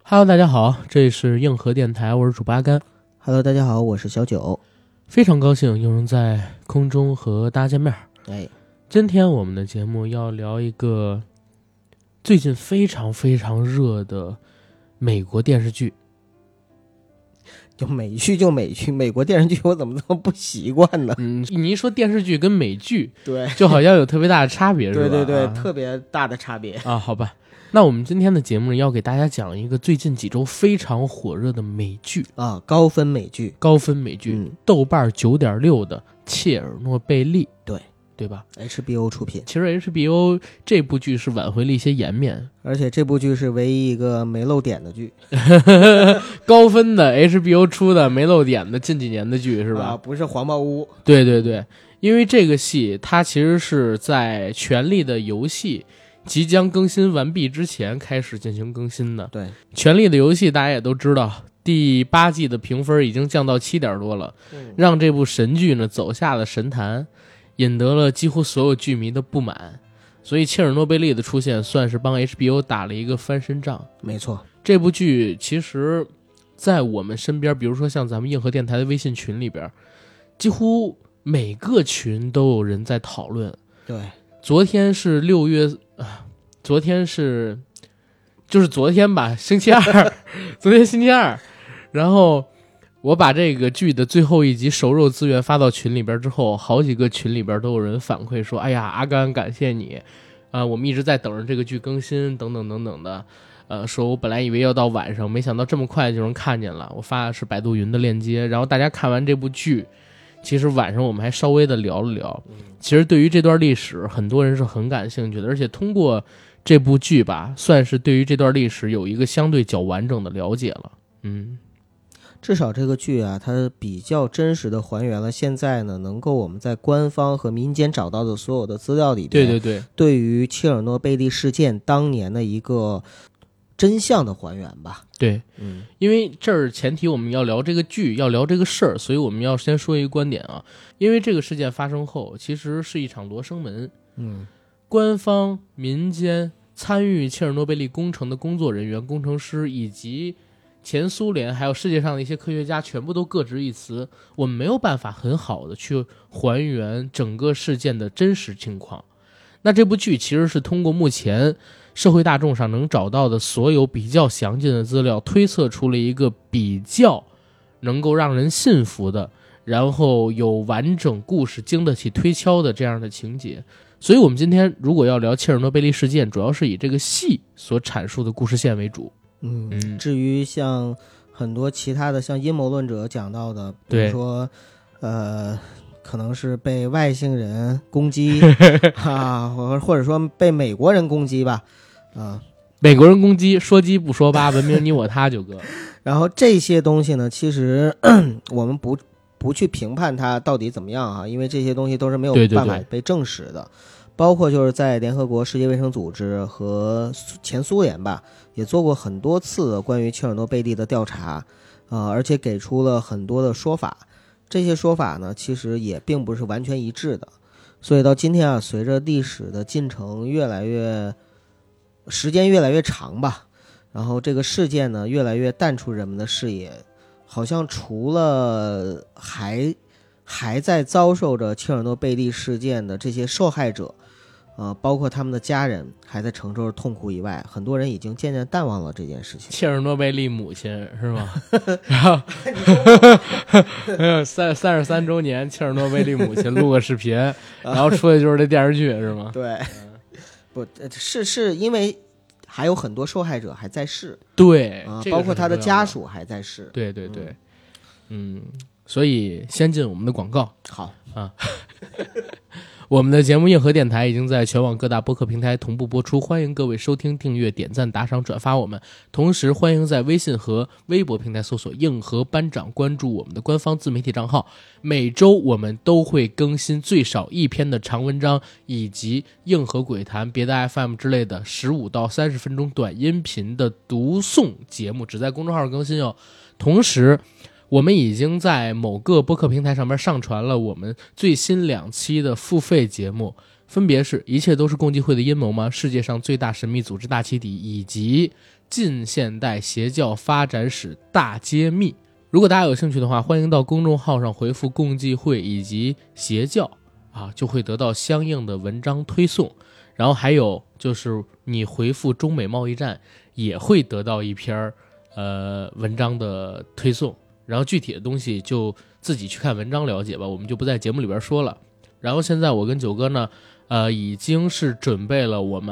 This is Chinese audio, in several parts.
Hello， 大家好，这里是硬核电台，我是主播阿甘。 Hello， 大家好，我是小九， 非常高兴有人在空中和大家见面。今天我们的节目要聊一个最近非常非常热的美国电视剧。 就美剧，美国电视剧我怎么这么不习惯呢？ 你一说电视剧跟美剧， 对， 就好像有特别大的差别，是吧？ 对，特别大的差别啊。好吧，那我们今天的节目要给大家讲一个最近几周非常火热的美剧啊，高分美剧， 豆瓣 9.6 的《切尔诺贝利》，对吧 ？HBO 出品。 其实 HBO 这部剧是挽回了一些颜面， 而且这部剧是唯一一个没漏点的剧， 高分的 HBO 出的没漏点的近几年的剧是吧？ 不是黄茅屋。 对，因为这个戏它其实是在《权力的游戏》即将更新完毕之前开始进行更新的。 对，《 权力的游戏》大家也都知道，第8季的评分已经降到7点多了，让这部神剧呢走下了神坛，引得了几乎所有剧迷的不满。所以切尔诺贝利的出现算是帮 HBO 打了一个翻身仗。 没错， 这部剧其实在我们身边，比如说像咱们硬核电台的微信群里边，几乎每个群都有人在讨论。 对， 昨天是6月昨天是就是昨天吧，星期二昨天星期二，然后我把这个剧的最后一集熟肉资源发到群里边之后，好几个群里边都有人反馈说，哎呀，阿甘感谢你我们一直在等着这个剧更新等等等等的，说我本来以为要到晚上，没想到这么快就能看见了。我发的是百度云的链接，然后大家看完这部剧，其实晚上我们还稍微的聊了聊，其实对于这段历史很多人是很感兴趣的，而且通过这部剧吧，算是对于这段历史有一个相对较完整的了解了。 至少这个剧啊，它比较真实的还原了现在呢能够我们在官方和民间找到的所有的资料里边，对于切尔诺贝利事件当年的一个真相的还原吧。 对，因为这儿前提我们要聊这个剧，要聊这个事儿，所以我们要先说一个观点啊。因为这个事件发生后，其实是一场罗生门。官方、民间参与切尔诺贝利工程的工作人员、工程师以及前苏联还有世界上的一些科学家全部都各执一词，我们没有办法很好的去还原整个事件的真实情况。那这部剧其实是通过目前社会大众上能找到的所有比较详尽的资料，推测出了一个比较能够让人信服的，然后有完整故事经得起推敲的这样的情节。所以我们今天如果要聊切尔诺贝利事件，主要是以这个戏所阐述的故事线为主。 至于像很多其他的像阴谋论者讲到的，比如说可能是被外星人攻击或者说被美国人攻击吧， 美国人攻击，说鸡不说八，文明你我他九哥。 然后这些东西呢，其实我们不去评判它到底怎么样啊，因为这些东西都是没有办法被证实的。包括就是在联合国世界卫生组织和前苏联吧，也做过很多次的关于切尔诺贝利的调查，而且给出了很多的说法。这些说法呢，其实也并不是完全一致的。所以到今天啊，随着历史的进程时间越来越长吧，然后这个事件呢越来越淡出人们的视野，好像除了还在遭受着切尔诺贝利事件的这些受害者，包括他们的家人还在承受着痛苦以外，很多人已经渐渐淡忘了这件事情。 切尔诺贝利母亲是吗？然后33周年，切尔诺贝利母亲录个视频，然后出的就是这电视剧是吗？ 对，不是因为还有很多受害者还在世， 对， 包括他的家属还在世。 对，所以先进我们的广告。 好啊。我们的节目硬核电台已经在全网各大播客平台同步播出，欢迎各位收听、订阅、点赞、打赏、转发我们。同时欢迎在微信和微博平台搜索硬核班长，关注我们的官方自媒体账号。每周我们都会更新最少1篇的长文章，以及硬核鬼谈、别的 FM 之类的15到30分钟短音频的读诵节目，只在公众号更新哦。同时我们已经在某个播客平台上面上传了我们最新2期的付费节目，分别是一切都是共济会的阴谋吗？世界上最大神秘组织大起底，以及近现代邪教发展史大揭秘。如果大家有兴趣的话，欢迎到公众号上回复共济会以及邪教就会得到相应的文章推送。然后还有就是你回复中美贸易战也会得到一篇文章的推送，然后具体的东西就自己去看文章了解吧，我们就不在节目里边说了。然后现在我跟九哥呢已经是准备了我们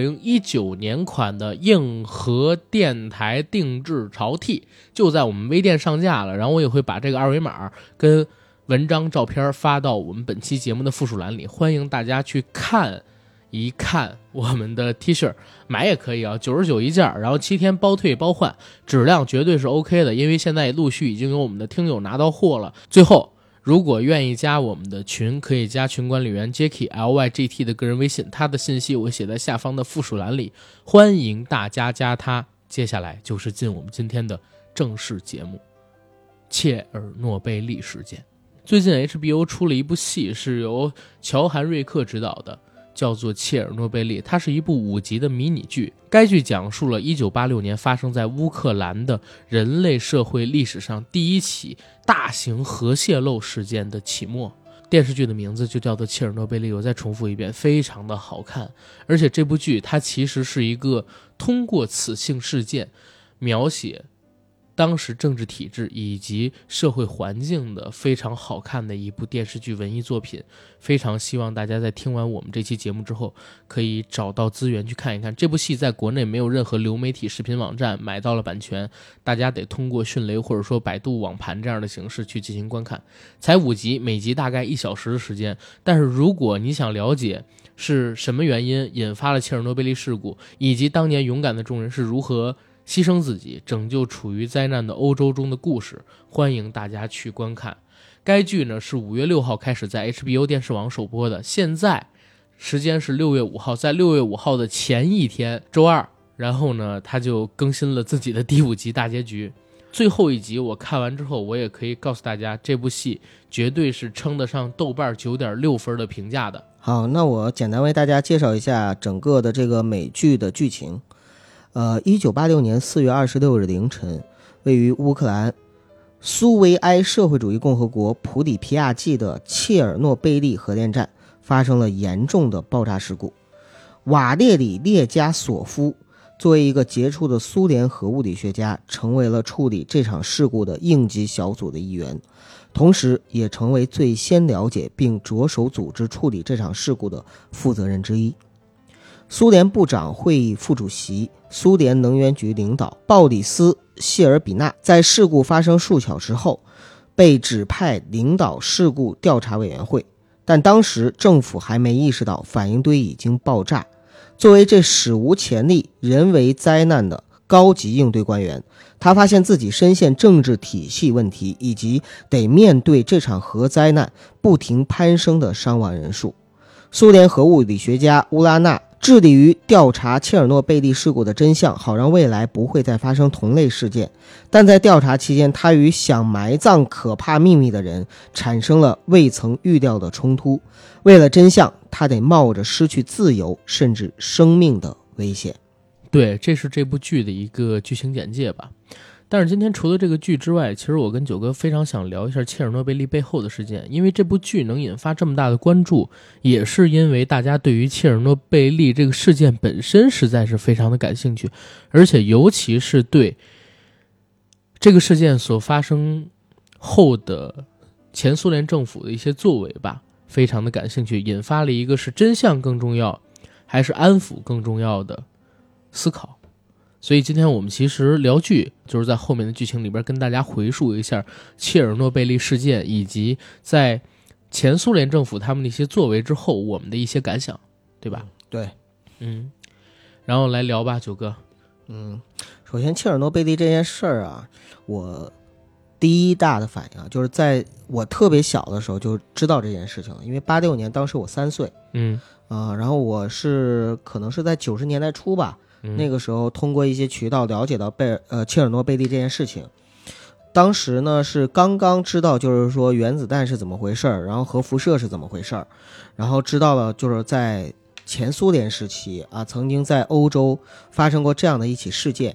2019年款的硬核电台定制潮 T， 就在我们微店上架了，然后我也会把这个二维码跟文章照片发到我们本期节目的附属栏里，欢迎大家去看一看我们的 T 恤，买也可以99一件，然后7天包退包换，质量绝对是 OK 的，因为现在陆续已经有我们的听友拿到货了。最后如果愿意加我们的群，可以加群管理员 Jacky LYGT 的个人微信，他的信息我写在下方的附属栏里，欢迎大家加他。接下来就是进我们今天的正式节目，切尔诺贝利事件。最近 HBO 出了一部戏，是由乔韩瑞克执导的，叫做《切尔诺贝利》，它是一部5集的迷你剧。该剧讲述了1986年发生在乌克兰的人类社会历史上第一起大型核泄漏事件的起末。电视剧的名字就叫做《切尔诺贝利》，我再重复一遍，非常的好看。而且这部剧它其实是一个通过此性事件描写当时政治体制以及社会环境的非常好看的一部电视剧文艺作品，非常希望大家在听完我们这期节目之后可以找到资源去看一看。这部戏在国内没有任何流媒体视频网站买到了版权，大家得通过迅雷或者说百度网盘这样的形式去进行观看。才5集，每集大概1小时的时间，但是如果你想了解是什么原因引发了切尔诺贝利事故，以及当年勇敢的众人是如何牺牲自己拯救处于灾难的欧洲中的故事，欢迎大家去观看。该剧呢是5月6号开始在 HBO 电视网首播的，现在时间是6月5号，在6月5号的前一天周二，然后呢他就更新了自己的第5集大结局。最后一集我看完之后，我也可以告诉大家，这部戏绝对是称得上豆瓣 9.6 分的评价的。 好，那我简单为大家介绍一下整个的这个美剧的剧情。1986年4月26日凌晨，位于乌克兰苏维埃社会主义共和国普里皮亚季的切尔诺贝利核电站发生了严重的爆炸事故。瓦列里列加索夫作为一个杰出的苏联核物理学家，成为了处理这场事故的应急小组的一员，同时也成为最先了解并着手组织处理这场事故的负责人之一。苏联部长会议副主席、苏联能源局领导鲍里斯·谢尔比纳在事故发生数小时后被指派领导事故调查委员会，但当时政府还没意识到反应堆已经爆炸。作为这史无前例人为灾难的高级应对官员，他发现自己深陷政治体系问题，以及得面对这场核灾难不停攀升的伤亡人数。苏联核物理学家乌拉纳致力于调查切尔诺贝利事故的真相，好让未来不会再发生同类事件。但在调查期间，他与想埋葬可怕秘密的人产生了未曾预料的冲突。为了真相，他得冒着失去自由甚至生命的危险。 对，这是这部剧的一个剧情简介吧。但是今天除了这个剧之外，其实我跟九哥非常想聊一下切尔诺贝利背后的事件，因为这部剧能引发这么大的关注，也是因为大家对于切尔诺贝利这个事件本身实在是非常的感兴趣，而且尤其是对这个事件所发生后的前苏联政府的一些作为吧，非常的感兴趣，引发了一个是真相更重要还是安抚更重要的思考。所以今天我们其实聊剧，就是在后面的剧情里边跟大家回述一下切尔诺贝利事件，以及在前苏联政府他们的一些作为之后我们的一些感想，对吧？ 对， 然后来聊吧，九哥。 首先切尔诺贝利这件事儿啊，我第一大的反应就是在我特别小的时候就知道这件事情了，因为86年当时我3岁，然后我是可能是在90年代初吧。那个时候通过一些渠道了解到切尔诺贝利这件事情。当时呢是刚刚知道就是说原子弹是怎么回事，然后核辐射是怎么回事，然后知道了就是在前苏联时期曾经在欧洲发生过这样的一起事件。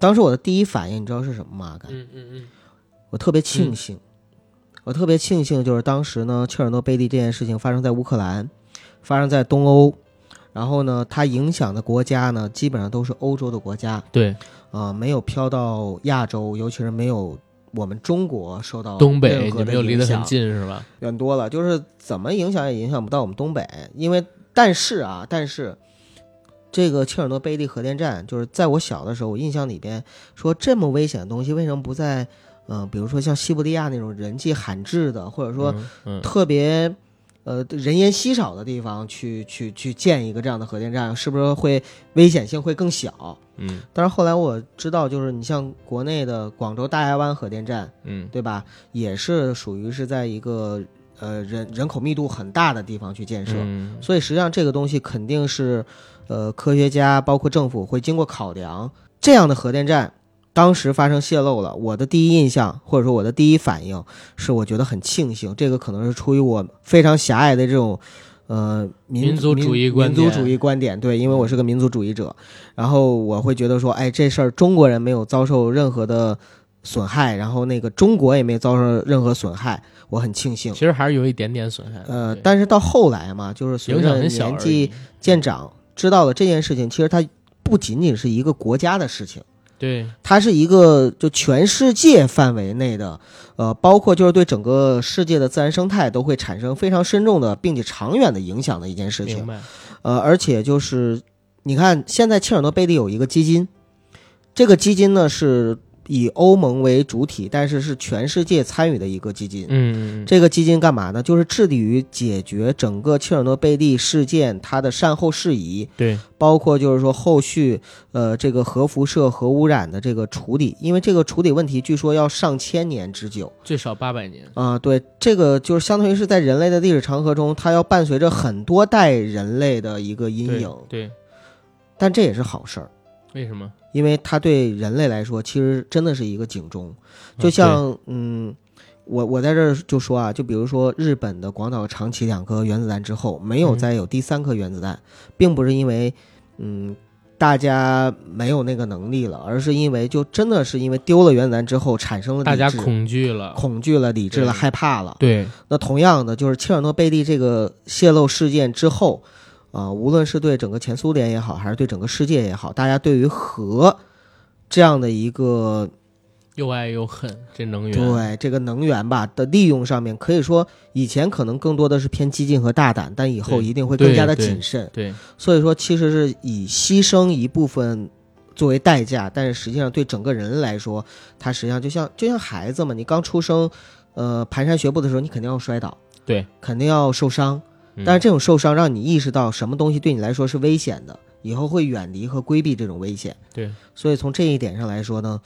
当时我的第一反应你知道是什么吗？我特别庆幸，就是当时呢，切尔诺贝利这件事情发生在乌克兰，发生在东欧，然后呢，它影响的国家呢，基本上都是欧洲的国家， 对， 没有飘到亚洲，尤其是没有我们中国受到东北，你没有离得很近是吧？ 远多了，就是怎么影响也影响不到我们东北，因为但是这个切尔诺贝利核电站，就是在我小的时候，我印象里边说这么危险的东西，为什么不在比如说像西伯利亚那种人迹罕至的，或者说特别人烟稀少的地方去建一个这样的核电站，是不是会危险性会更小？但是后来我知道，就是你像国内的广州大亚湾核电站，对吧？也是属于是在一个人口密度很大的地方去建设，所以实际上这个东西肯定是科学家包括政府会经过考量，这样的核电站当时发生泄漏了，我的第一印象或者说我的第一反应是我觉得很庆幸，这个可能是出于我非常狭隘的这种民族主义观点，对，因为我是个民族主义者，然后我会觉得说，哎，这事儿中国人没有遭受任何的损害，然后那个中国也没遭受任何损害，我很庆幸。 其实还是有一点点损害， 但是到后来嘛，就是随着年纪渐长，知道了这件事情，其实它不仅仅是一个国家的事情。 对， 它是一个就全世界范围内的，包括就是对整个世界的自然生态都会产生非常深重的并且长远的影响的一件事情。 明白。 而且就是你看，现在切尔诺贝利有一个基金，这个基金呢是以欧盟为主体，但是是全世界参与的一个基金。这个基金干嘛呢？就是致力于解决整个切尔诺贝利事件它的善后事宜， 对， 包括就是说后续这个核辐射、核污染的这个处理，因为这个处理问题据说要上千年之久， 最少800年对，这个就是相当于是在人类的历史长河中，它要伴随着很多代人类的一个阴影。 对， 但这也是好事儿。 为什么？ 因为它对人类来说其实真的是一个警钟，就像我在这儿就说啊，就比如说日本的广岛、长崎2颗原子弹之后没有再有第3颗原子弹，并不是因为大家没有那个能力了，而是因为就真的是因为丢了原子弹之后产生了大家恐惧了、 理智了、害怕了。 对， 那同样的就是切尔诺贝利这个泄漏事件之后无论是对整个前苏联也好，还是对整个世界也好，大家对于核这样的一个又爱又恨这能源， 对这个能源吧的利用上面，可以说以前可能更多的是偏激进和大胆，但以后一定会更加的谨慎。 对， 所以说其实是以牺牲一部分作为代价，但是实际上对整个人来说，它实际上就像孩子嘛，你刚出生蹒跚学步的时候，你肯定要摔倒， 对， 肯定要受伤。但是这种受伤让你意识到什么东西对你来说是危险的，以后会远离和规避这种危险。 对， 所以从这一点上来说呢，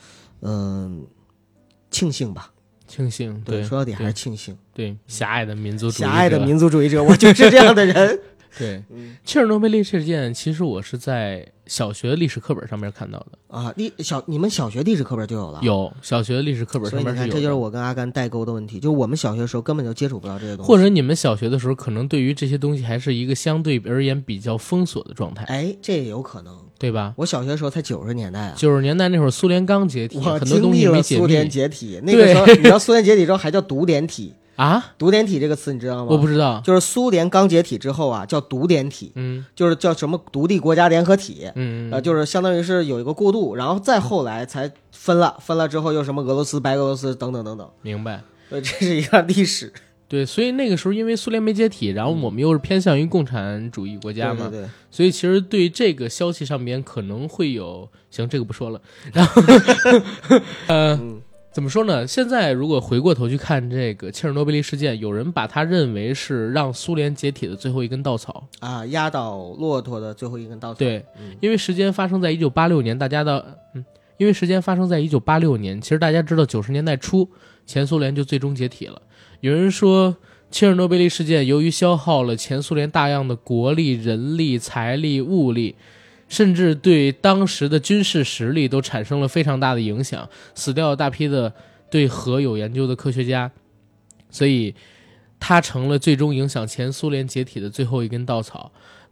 庆幸吧， 庆幸。对， 说到底还是庆幸。 对，狭隘的民族主义者，我就是这样的人。 对，切尔诺贝利事件，其实我是在小学的历史课本上面看到的啊。你们小学历史课本就有了？有， 小学的历史课本上面是有的。 所以你看，这就是我跟阿甘代沟的问题，就是我们小学的时候根本就接触不到这些东西， 或者你们小学的时候可能对于这些东西还是一个相对而言比较封锁的状态。 哎，这也有可能， 对吧？ 我小学的时候才90年代啊 ，90年代那会儿苏联刚解体，很多东西没解密。 苏联解体那个时候，你知道苏联解体之后还叫独联体。独联体这个词你知道吗？ 我不知道， 就是苏联刚解体之后啊，叫独联体，就是叫什么独立国家联合体，就是相当于是有一个过渡，然后再后来才分了之后又什么俄罗斯、白俄罗斯等等等等。 明白？ 这是一段历史。 对，所以那个时候因为苏联没解体，然后我们又是偏向于共产主义国家嘛， 对， 所以其实对这个消息上边可能会有，行，这个不说了。然后怎么说呢？现在如果回过头去看这个切尔诺贝利事件，有人把它认为是让苏联解体的最后一根稻草啊，压倒骆驼的最后一根稻草。 对，因为时间发生在1986年，因为时间发生在1986年，其实大家知道90年代初前苏联就最终解体了。有人说切尔诺贝利事件由于消耗了前苏联大量的国力、人力、财力、物力，甚至对当时的军事实力都产生了非常大的影响，死掉了大批的对核有研究的科学家，所以它成了最终影响前苏联解体的最后一根稻草。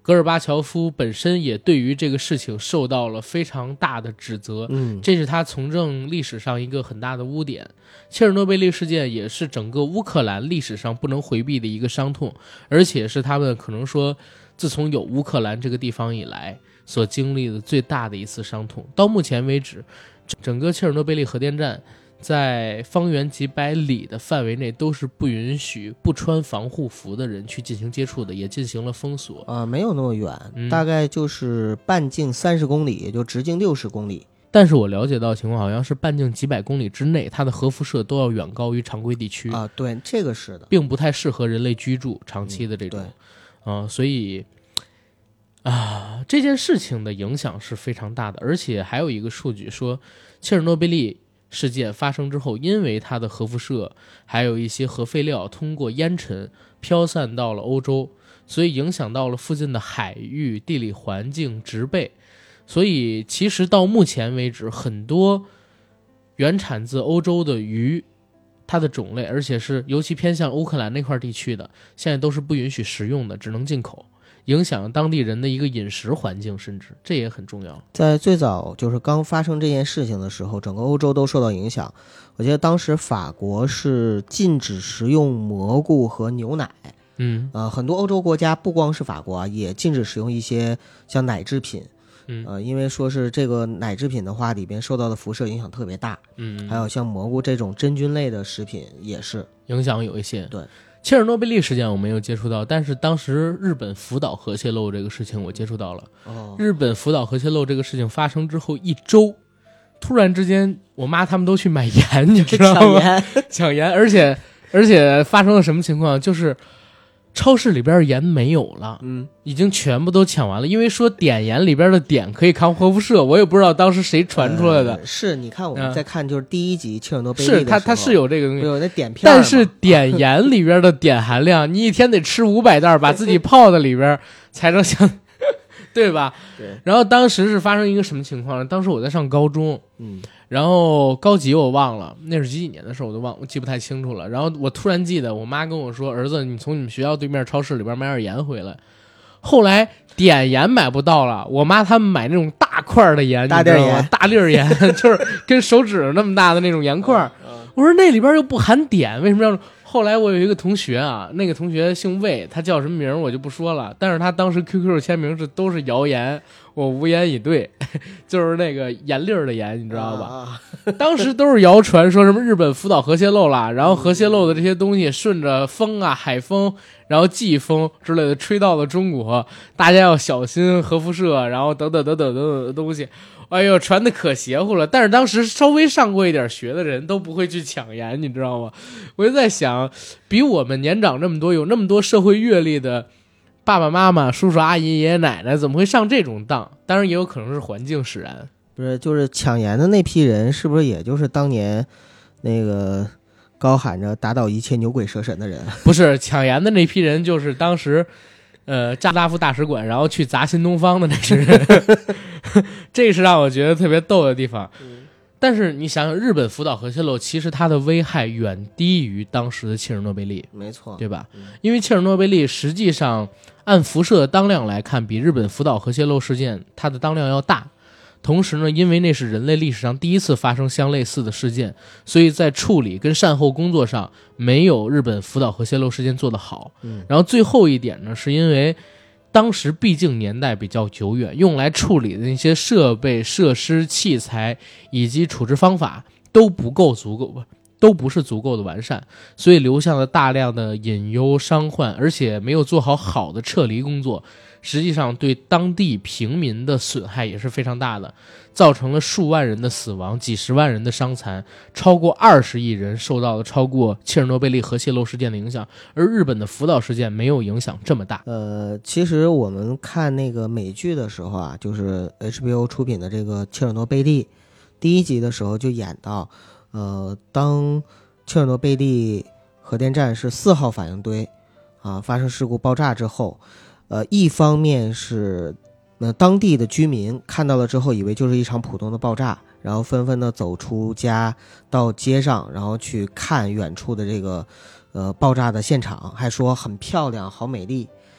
戈尔巴乔夫本身也对于这个事情受到了非常大的指责，这是他从政历史上一个很大的污点。切尔诺贝利事件也是整个乌克兰历史上不能回避的一个伤痛，而且是他们可能说自从有乌克兰这个地方以来所经历的最大的一次伤痛。到目前为止，整个切尔诺贝利核电站在方圆几百里的范围内都是不允许不穿防护服的人去进行接触的，也进行了封锁。 没有那么远，大概就是半径30公里，也就直径60公里。 但是我了解到的情况好像是半径几百公里之内，它的核辐射都要远高于常规地区啊。对，这个是的， 并不太适合人类居住长期的这种。所以这件事情的影响是非常大的。而且还有一个数据说，切尔诺贝利事件发生之后，因为它的核辐射还有一些核废料通过烟尘飘散到了欧洲，所以影响到了附近的海域、地理环境、植被。所以其实到目前为止，很多原产自欧洲的鱼，它的种类，而且是尤其偏向乌克兰那块地区的，现在都是不允许食用的，只能进口，影响当地人的一个饮食环境，甚至这也很重要。 在最早就是刚发生这件事情的时候，整个欧洲都受到影响。我记得当时法国是禁止食用蘑菇和牛奶。很多欧洲国家不光是法国也禁止使用一些像奶制品。因为说是这个奶制品的话，里边受到的辐射影响特别大。还有像蘑菇这种真菌类的食品也是影响有一些。 对， 切尔诺贝利事件我没有接触到，但是当时日本福岛核泄漏这个事情我接触到了。日本福岛核泄漏这个事情发生之后1周，突然之间我妈他们都去买盐，你知道吗？抢盐，而且发生了什么情况？就是超市里边盐没有了，已经全部都抢完了。因为说碘盐里边的碘可以抗核辐射，我也不知道当时谁传出来的。 是，你看我们在看就是第一集切尔诺贝利的时候， 是它是有这个东西， 有那碘片， 但是碘盐里边的碘含量，你一天得吃500袋，把自己泡在里边才能像，对吧？ 对。 然后当时是发生一个什么情况呢？当时我在上高中，然后高几我忘了，那是几年的事我都我记不太清楚了。然后我突然记得我妈跟我说，儿子你从你们学校对面超市里边买点盐回来。后来碘盐买不到了，我妈他们买那种大块的盐， 大粒盐， 大粒盐就是跟手指那么大的那种盐块。我说那里边又不含碘，为什么要？后来我有一个同学那个同学姓魏，他叫什么名我就不说了，但是他当时 QQ 签名都是谣言，我无言以对，就是那个盐粒儿的盐，你知道吧？当时都是谣传，说什么日本福岛核泄漏啦，然后核泄漏的这些东西顺着风海风，然后季风之类的吹到了中国，大家要小心核辐射，然后等等的东西。哎呦，传的可邪乎了！但是当时稍微上过一点学的人都不会去抢盐，你知道吗？我就在想，比我们年长这么多，有那么多社会阅历的爸爸妈妈、叔叔阿姨、爷爷奶奶，怎么会上这种当？当然也有可能是环境使然。 不是，就是抢盐的那批人，是不是也就是当年那个高喊着打倒一切牛鬼蛇神的人？ 不是，抢盐的那批人就是当时扎拉夫大使馆，然后去砸新东方的那些人。这是让我觉得特别逗的地方。但是你想想，日本福岛核泄漏其实它的危害远低于当时的切尔诺贝利， 没错， 对吧？因为切尔诺贝利实际上按辐射的当量来看，比日本福岛核泄漏事件它的当量要大。同时呢，因为那是人类历史上第一次发生相类似的事件，所以在处理跟善后工作上没有日本福岛核泄漏事件做得好。然后最后一点呢，是因为当时毕竟年代比较久远，用来处理的那些设备、设施、器材以及处置方法都不是足够的完善，所以留下了大量的隐忧伤患，而且没有做好的撤离工作，实际上对当地平民的损害也是非常大的，造成了数万人的死亡，几十万人的伤残，超过20亿人受到了超过切尔诺贝利核泄漏事件的影响，而日本的福岛事件没有影响这么大。 其实我们看那个美剧的时候就是 HBO 出品的这个切尔诺贝利第1集的时候就演到当切尔诺贝利核电站是4号反应堆发生事故爆炸之后，一方面是当地的居民看到了之后以为就是一场普通的爆炸，然后纷纷的走出家到街上，然后去看远处的这个爆炸的现场，还说很漂亮好美丽。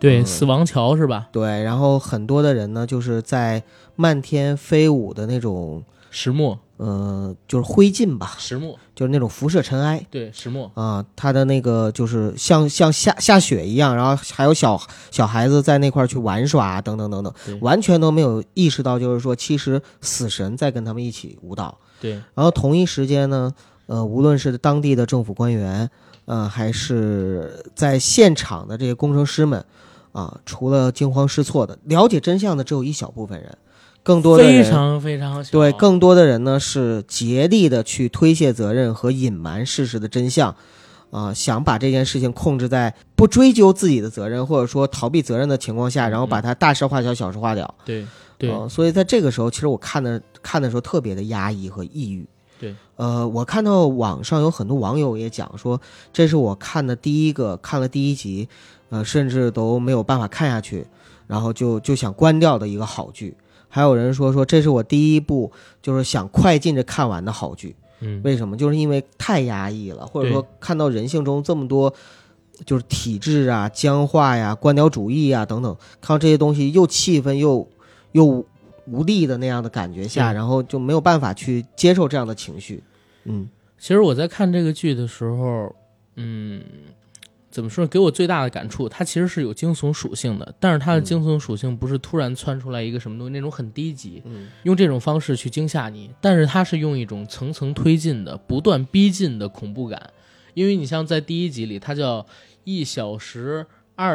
对，死亡桥是吧？ 对，然后很多的人呢，就是在漫天飞舞的那种石墨， 就是灰烬吧， 石墨， 就是那种辐射尘埃。 对，石墨啊，它的那个就是像下雪一样，然后还有小孩子在那块去玩耍等等等等，完全都没有意识到，就是说其实死神在跟他们一起舞蹈。 对， 然后同一时间呢，无论是当地的政府官员，还是在现场的这些工程师们，除了惊慌失措的，了解真相的只有一小部分人。更多的人非常非常小， 对，更多的人呢是竭力的去推卸责任和隐瞒事实的真相，想把这件事情控制在不追究自己的责任或者说逃避责任的情况下，然后把它大事化小，小事化了。 对对， 所以在这个时候，其实我看的时候特别的压抑和抑郁。 对， 我看到网上有很多网友也讲说，这是我看了第一集，甚至都没有办法看下去，然后就想关掉的一个好剧。还有人说这是我第一部就是想快进着看完的好剧。为什么？就是因为太压抑了，或者说看到人性中这么多就是体制啊、僵化呀、官僚主义啊等等，看到这些东西又气愤又无力的那样的感觉下，然后就没有办法去接受这样的情绪。 其实我在看这个剧的时候，怎么说，给我最大的感触，它其实是有惊悚属性的，但是它的惊悚属性不是突然窜出来一个什么东西，那种很低级，用这种方式去惊吓你，但是它是用一种层层推进的、不断逼近的恐怖感。因为你像在第一集里，它叫1小时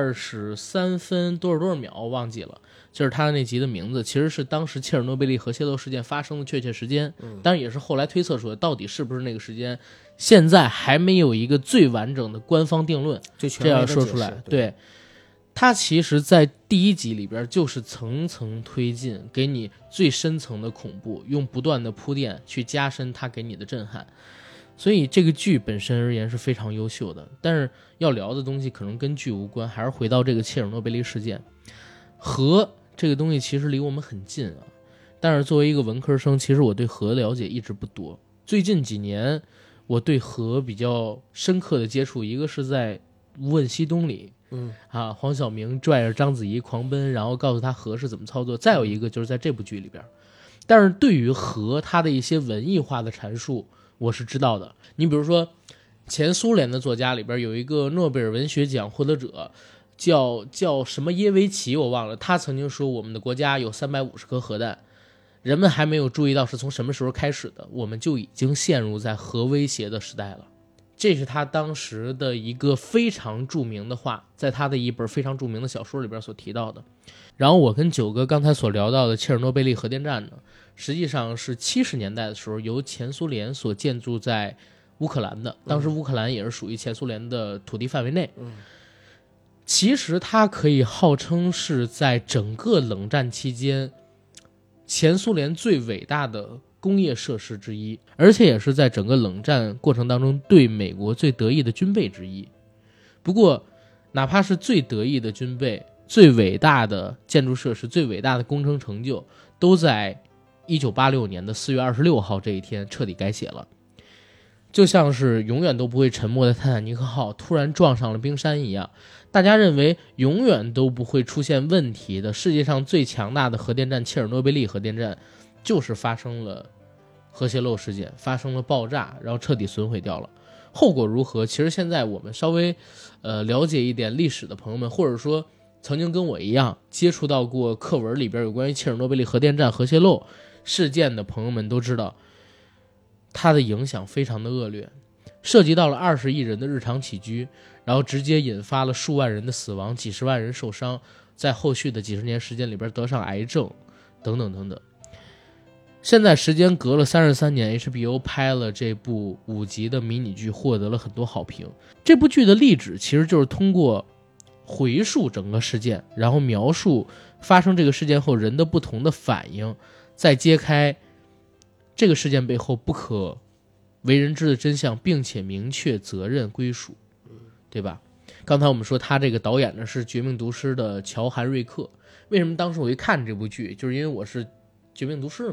23分多少秒忘记了，就是他那集的名字，其实是当时切尔诺贝利核泄漏事件发生的确切时间，当然也是后来推测出来到底是不是那个时间，现在还没有一个最完整的官方定论，这样说出来。对，他其实在第一集里边就是层层推进，给你最深层的恐怖，用不断的铺垫去加深他给你的震撼。所以这个剧本身而言是非常优秀的，但是要聊的东西可能跟剧无关，还是回到这个切尔诺贝利事件。核这个东西其实离我们很近啊，但是作为一个文科生，其实我对核了解一直不多。最近几年我对核比较深刻的接触，一个是在《无问西东》里，黄晓明拽着章子怡狂奔，然后告诉他核是怎么操作，再有一个就是在这部剧里边。但是对于核它的一些文艺化的阐述我是知道的。你比如说前苏联的作家里边有一个诺贝尔文学奖获得者叫什么耶维奇我忘了，他曾经说我们的国家有350颗核弹，人们还没有注意到是从什么时候开始的，我们就已经陷入在核威胁的时代了。这是他当时的一个非常著名的话，在他的一本非常著名的小说里边所提到的。然后我跟九哥刚才所聊到的切尔诺贝利核电站呢，实际上是70年代的时候由前苏联所建筑在乌克兰的，当时乌克兰也是属于前苏联的土地范围内。其实它可以号称是在整个冷战期间前苏联最伟大的工业设施之一，而且也是在整个冷战过程当中对美国最得意的军备之一。不过哪怕是最得意的军备，最伟大的建筑设施，最伟大的工程成就，都在1986年的4月26号这一天彻底改写了。就像是永远都不会沉没的泰坦尼克号突然撞上了冰山一样，大家认为永远都不会出现问题的世界上最强大的核电站切尔诺贝利核电站，就是发生了核泄漏事件，发生了爆炸，然后彻底损毁掉了。后果如何，其实现在我们稍微了解一点历史的朋友们，或者说曾经跟我一样接触到过课文里边有关于切尔诺贝利核电站核泄漏事件的朋友们都知道，它的影响非常的恶劣，涉及到了20亿人的日常起居，然后直接引发了数万人的死亡，几十万人受伤，在后续的几十年时间里边得上癌症等等等等。现在时间隔了33年， HBO 拍了这部5集的迷你剧，获得了很多好评。这部剧的立旨其实就是通过回溯整个事件，然后描述发生这个事件后人的不同的反应，再揭开这个事件背后不可为人知的真相，并且明确责任归属，对吧？刚才我们说他这个导演呢是《绝命毒师》的乔韩瑞克。为什么当时我一看这部剧，就是因为我是《绝命毒师》的迷，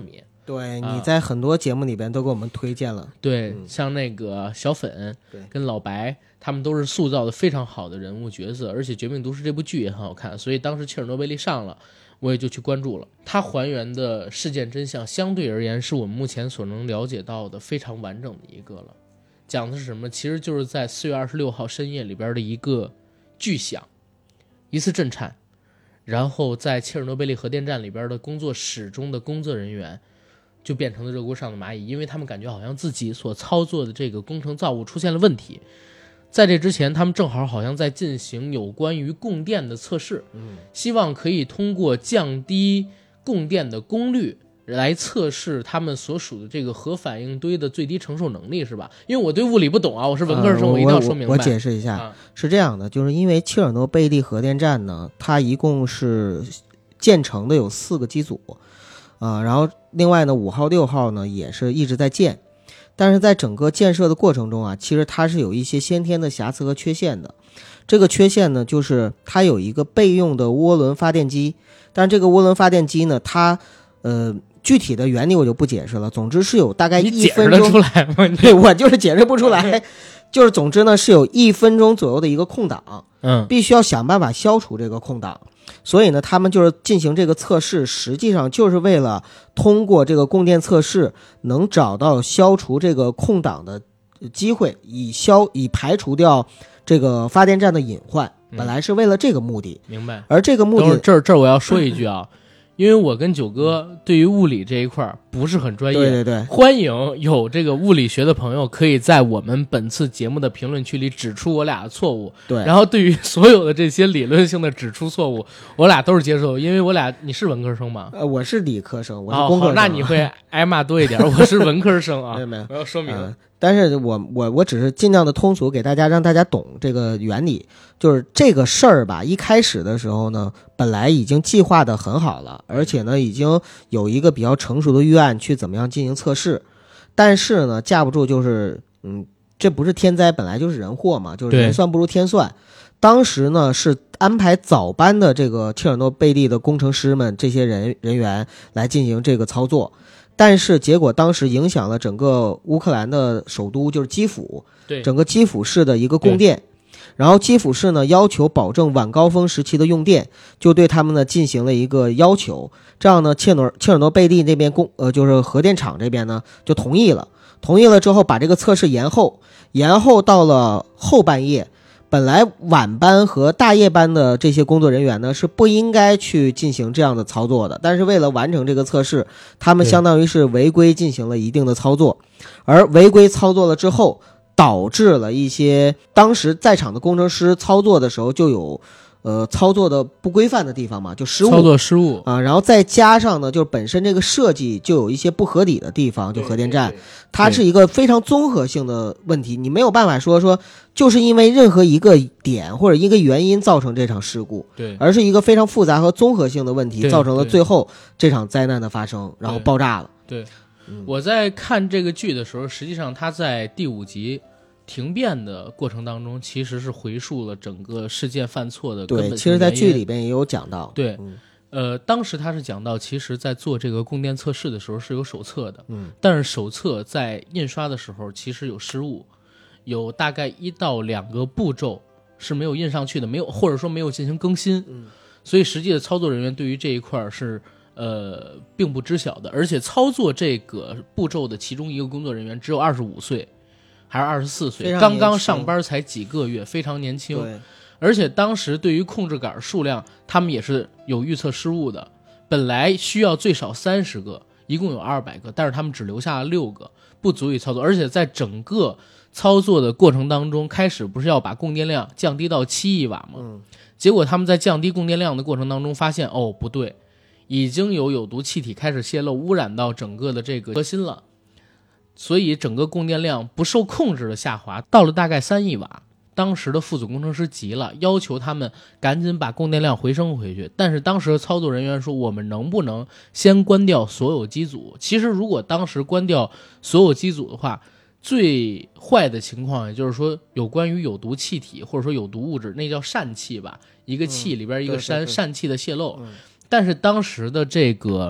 对，你在很多节目里边都给我们推荐了。 对，像那个小粉跟老白，他们都是塑造的非常好的人物角色，而且《绝命毒师》这部剧也很好看，所以当时切尔诺贝利上了，我也就去关注了。它还原的事件真相相对而言是我们目前所能了解到的非常完整的一个了。讲的是什么？其实就是在4月26号深夜里边的一个巨响，一次震颤，然后在切尔诺贝利核电站里边的工作室中的工作人员就变成了热锅上的蚂蚁，因为他们感觉好像自己所操作的这个工程造物出现了问题。在这之前，他们正好像在进行有关于供电的测试，希望可以通过降低供电的功率来测试他们所属的这个核反应堆的最低承受能力，是吧？因为我对物理不懂啊，我是文科生，我一定要说明白。 我解释一下，是这样的，就是因为切尔诺贝利核电站呢，它一共是建成的有4个机组，然后另外呢5号6号呢也是一直在建，但是在整个建设的过程中啊，其实它是有一些先天的瑕疵和缺陷的。这个缺陷呢，就是它有一个备用的涡轮发电机，但这个涡轮发电机呢，它具体的原理我就不解释了，总之是有大概1分钟。你解释得出来吗？对，我就是解释不出来。就是总之呢，是有1分钟左右的一个空档，必须要想办法消除这个空档。所以呢，他们就是进行这个测试，实际上就是为了通过这个供电测试，能找到消除这个空档的机会，以排除掉这个发电站的隐患。本来是为了这个目的。明白。而这个目的， 这儿我要说一句啊。因为我跟九哥对于物理这一块不是很专业， 对， 欢迎有这个物理学的朋友可以在我们本次节目的评论区里指出我俩的错误， 对， 然后对于所有的这些理论性的指出错误，我俩都是接受，因为我俩你是文科生吗？ 我是理科生，我是工科生， 那你会挨骂多一点，我是文科生啊， 没有， 我要说明。 但是我只是尽量的通俗给大家，让大家懂这个原理。就是这个事儿吧，一开始的时候呢，本来已经计划的很好了，而且呢，已经有一个比较成熟的预案去怎么样进行测试。但是呢，架不住就是这不是天灾，本来就是人祸嘛，就是人算不如天算。当时呢是安排早班的这个切尔诺贝利的工程师们这些人员来进行这个操作。但是结果当时影响了整个乌克兰的首都，就是基辅， 对， 整个基辅市的一个供电。然后基辅市呢要求保证晚高峰时期的用电，就对他们呢进行了一个要求。这样呢，切尔诺贝利那边就是核电厂这边呢就同意了。同意了之后，把这个测试延后到了后半夜。本来晚班和大夜班的这些工作人员呢是不应该去进行这样的操作的，但是为了完成这个测试，他们相当于是违规进行了一定的操作，而违规操作了之后，导致了一些当时在场的工程师操作的时候就有操作的不规范的地方嘛，就失误， 操作失误啊，然后再加上呢，就是本身这个设计就有一些不合理的地方，就核电站，它是一个非常综合性的问题，你没有办法说就是因为任何一个点或者一个原因造成这场事故， 对， 而是一个非常复杂和综合性的问题，造成了最后这场灾难的发生，然后爆炸了。 对，我在看这个剧的时候，实际上它在第5集。停电的过程当中，其实是回溯了整个事件犯错的根本性原因。 对，其实在剧里边也有讲到。 对，当时他是讲到，其实在做这个供电测试的时候是有手册的，但是手册在印刷的时候其实有失误，有大概1到2个步骤是没有印上去的，没有或者说没有进行更新，所以实际的操作人员对于这一块是并不知晓的，而且操作这个步骤的其中一个工作人员只有25岁。还是24岁，刚刚上班才几个月，非常年轻。 对， 而且当时对于控制杆数量，他们也是有预测失误的。本来需要最少30个，一共有200个，但是他们只留下了6个，不足以操作。而且在整个操作的过程当中，开始不是要把供电量降低到7亿瓦吗？结果他们在降低供电量的过程当中发现，不对，已经有毒气体开始泄漏，污染到整个的这个核心了。所以整个供电量不受控制的下滑，到了大概3亿瓦。当时的副总工程师急了，要求他们赶紧把供电量回升回去。但是当时的操作人员说，我们能不能先关掉所有机组？其实如果当时关掉所有机组的话，最坏的情况也就是说有关于有毒气体或者说有毒物质，那叫疝气吧，一个气里边一个疝气的泄漏。但是当时的这个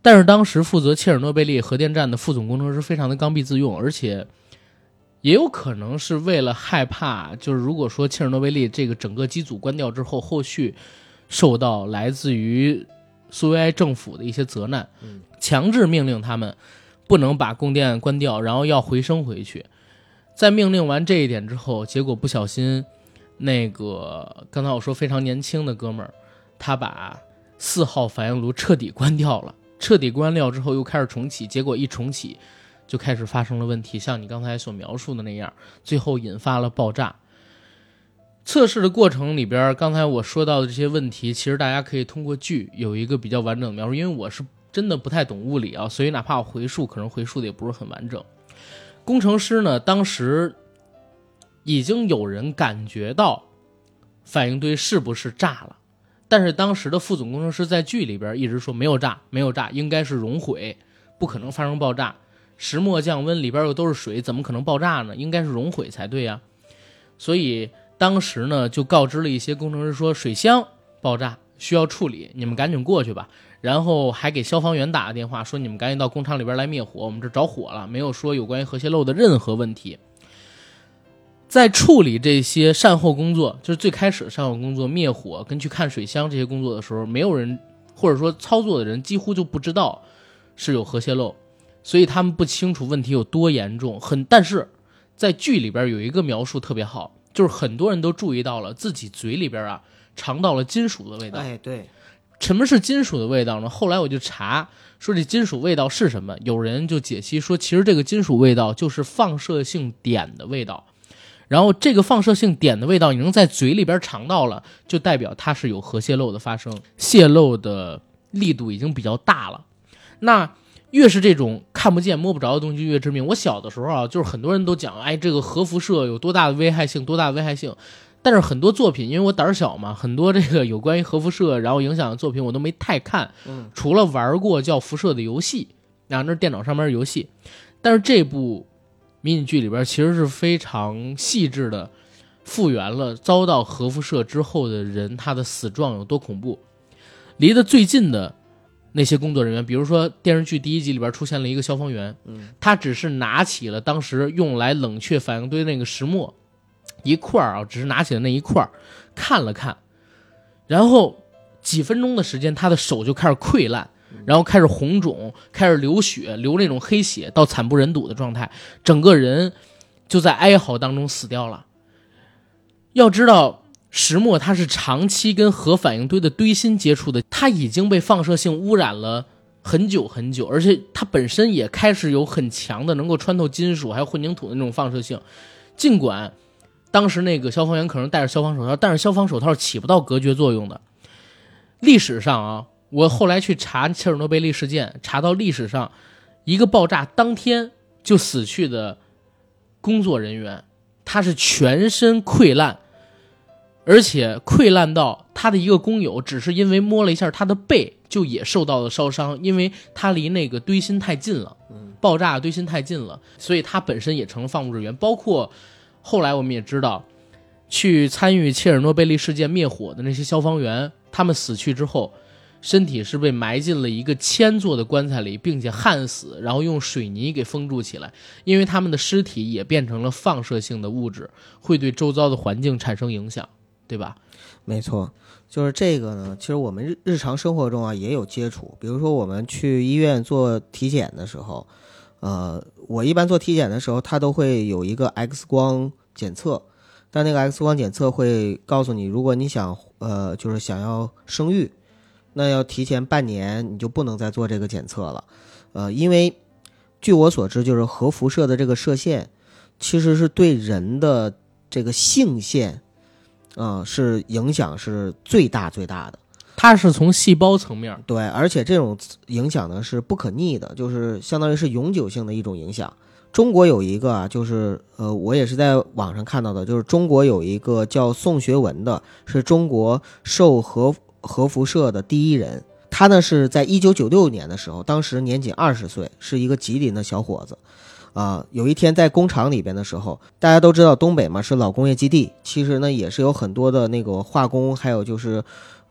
但是当时负责切尔诺贝利核电站的副总工程师非常的刚愎自用，而且也有可能是为了害怕，就是如果说切尔诺贝利这个整个机组关掉之后，后续受到来自于苏维埃政府的一些责难，强制命令他们不能把供电关掉，然后要回升回去。在命令完这一点之后，结果不小心，那个刚才我说非常年轻的哥们儿，他把4号反应炉彻底关掉了，彻底关掉之后又开始重启，结果一重启就开始发生了问题，像你刚才所描述的那样，最后引发了爆炸。测试的过程里边，刚才我说到的这些问题，其实大家可以通过剧有一个比较完整的描述，因为我是真的不太懂物理啊，所以哪怕我回述，可能回述的也不是很完整。工程师呢，当时已经有人感觉到反应堆是不是炸了，但是当时的副总工程师在剧里边一直说没有炸，没有炸，应该是熔毁，不可能发生爆炸。石墨降温，里边又都是水，怎么可能爆炸呢？应该是熔毁才对呀。所以当时呢，就告知了一些工程师说水箱爆炸需要处理，你们赶紧过去吧。然后还给消防员打个电话，说你们赶紧到工厂里边来灭火，我们这着火了，没有说有关于核泄漏的任何问题。在处理这些善后工作，就是最开始的善后工作，灭火跟去看水箱这些工作的时候，没有人或者说操作的人几乎就不知道是有核泄漏，所以他们不清楚问题有多严重。但是在剧里边有一个描述特别好，就是很多人都注意到了自己嘴里边尝到了金属的味道。 哎，对， 什么是金属的味道呢？后来我就查说这金属味道是什么，有人就解析说，其实这个金属味道就是放射性碘的味道。然后这个放射性碘的味道你能在嘴里边尝到了，就代表它是有核泄漏的发生，泄漏的力度已经比较大了。那越是这种看不见摸不着的东西越致命。我小的时候就是很多人都讲，这个核辐射有多大的危害性，多大的危害性。但是很多作品，因为我胆小嘛，很多这个有关于核辐射然后影响的作品我都没太看，除了玩过叫辐射的游戏，那是电脑上面的游戏。但是这部迷你剧里边其实是非常细致的复原了遭到核辐射之后的人他的死状有多恐怖。离得最近的那些工作人员，比如说电视剧第1集里边出现了一个消防员，他只是拿起了当时用来冷却反应堆那个石墨一块只是拿起了那一块看了看，然后几分钟的时间他的手就开始溃烂，然后开始红肿，开始流血，流那种黑血到惨不忍睹的状态，整个人就在哀嚎当中死掉了。要知道石墨它是长期跟核反应堆的堆芯接触的，它已经被放射性污染了很久很久，而且它本身也开始有很强的能够穿透金属还有混凝土的那种放射性。尽管当时那个消防员可能戴着消防手套，但是消防手套起不到隔绝作用的。历史上我后来去查切尔诺贝利事件，查到历史上一个爆炸当天就死去的工作人员，他是全身溃烂，而且溃烂到他的一个工友只是因为摸了一下他的背就也受到了烧伤，因为他离那个堆芯太近了，爆炸堆芯太近了，所以他本身也成了放物质源。包括后来我们也知道，去参与切尔诺贝利事件灭火的那些消防员，他们死去之后身体是被埋进了一个铅做的棺材里，并且焊死，然后用水泥给封住起来，因为他们的尸体也变成了放射性的物质，会对周遭的环境产生影响，对吧？ 没错，就是这个呢，其实我们日常生活中也有接触。比如说我们去医院做体检的时候，我一般做体检的时候它都会有一个 X 光检测，但那个 X 光检测会告诉你，如果你想就是想要生育，那要提前半年你就不能再做这个检测了。因为据我所知，就是核辐射的这个射线其实是对人的这个性腺是影响是最大的。 它是从细胞层面， 对，而且这种影响呢是不可逆的，就是相当于是永久性的一种影响。中国有一个就是我也是在网上看到的，就是中国有一个叫宋学文的，是中国受核辐射的第一人。他呢是在1996年的时候，当时年仅20岁，是一个吉林的小伙子。有一天在工厂里边的时候，大家都知道东北嘛是老工业基地，其实呢也是有很多的那个化工，还有就是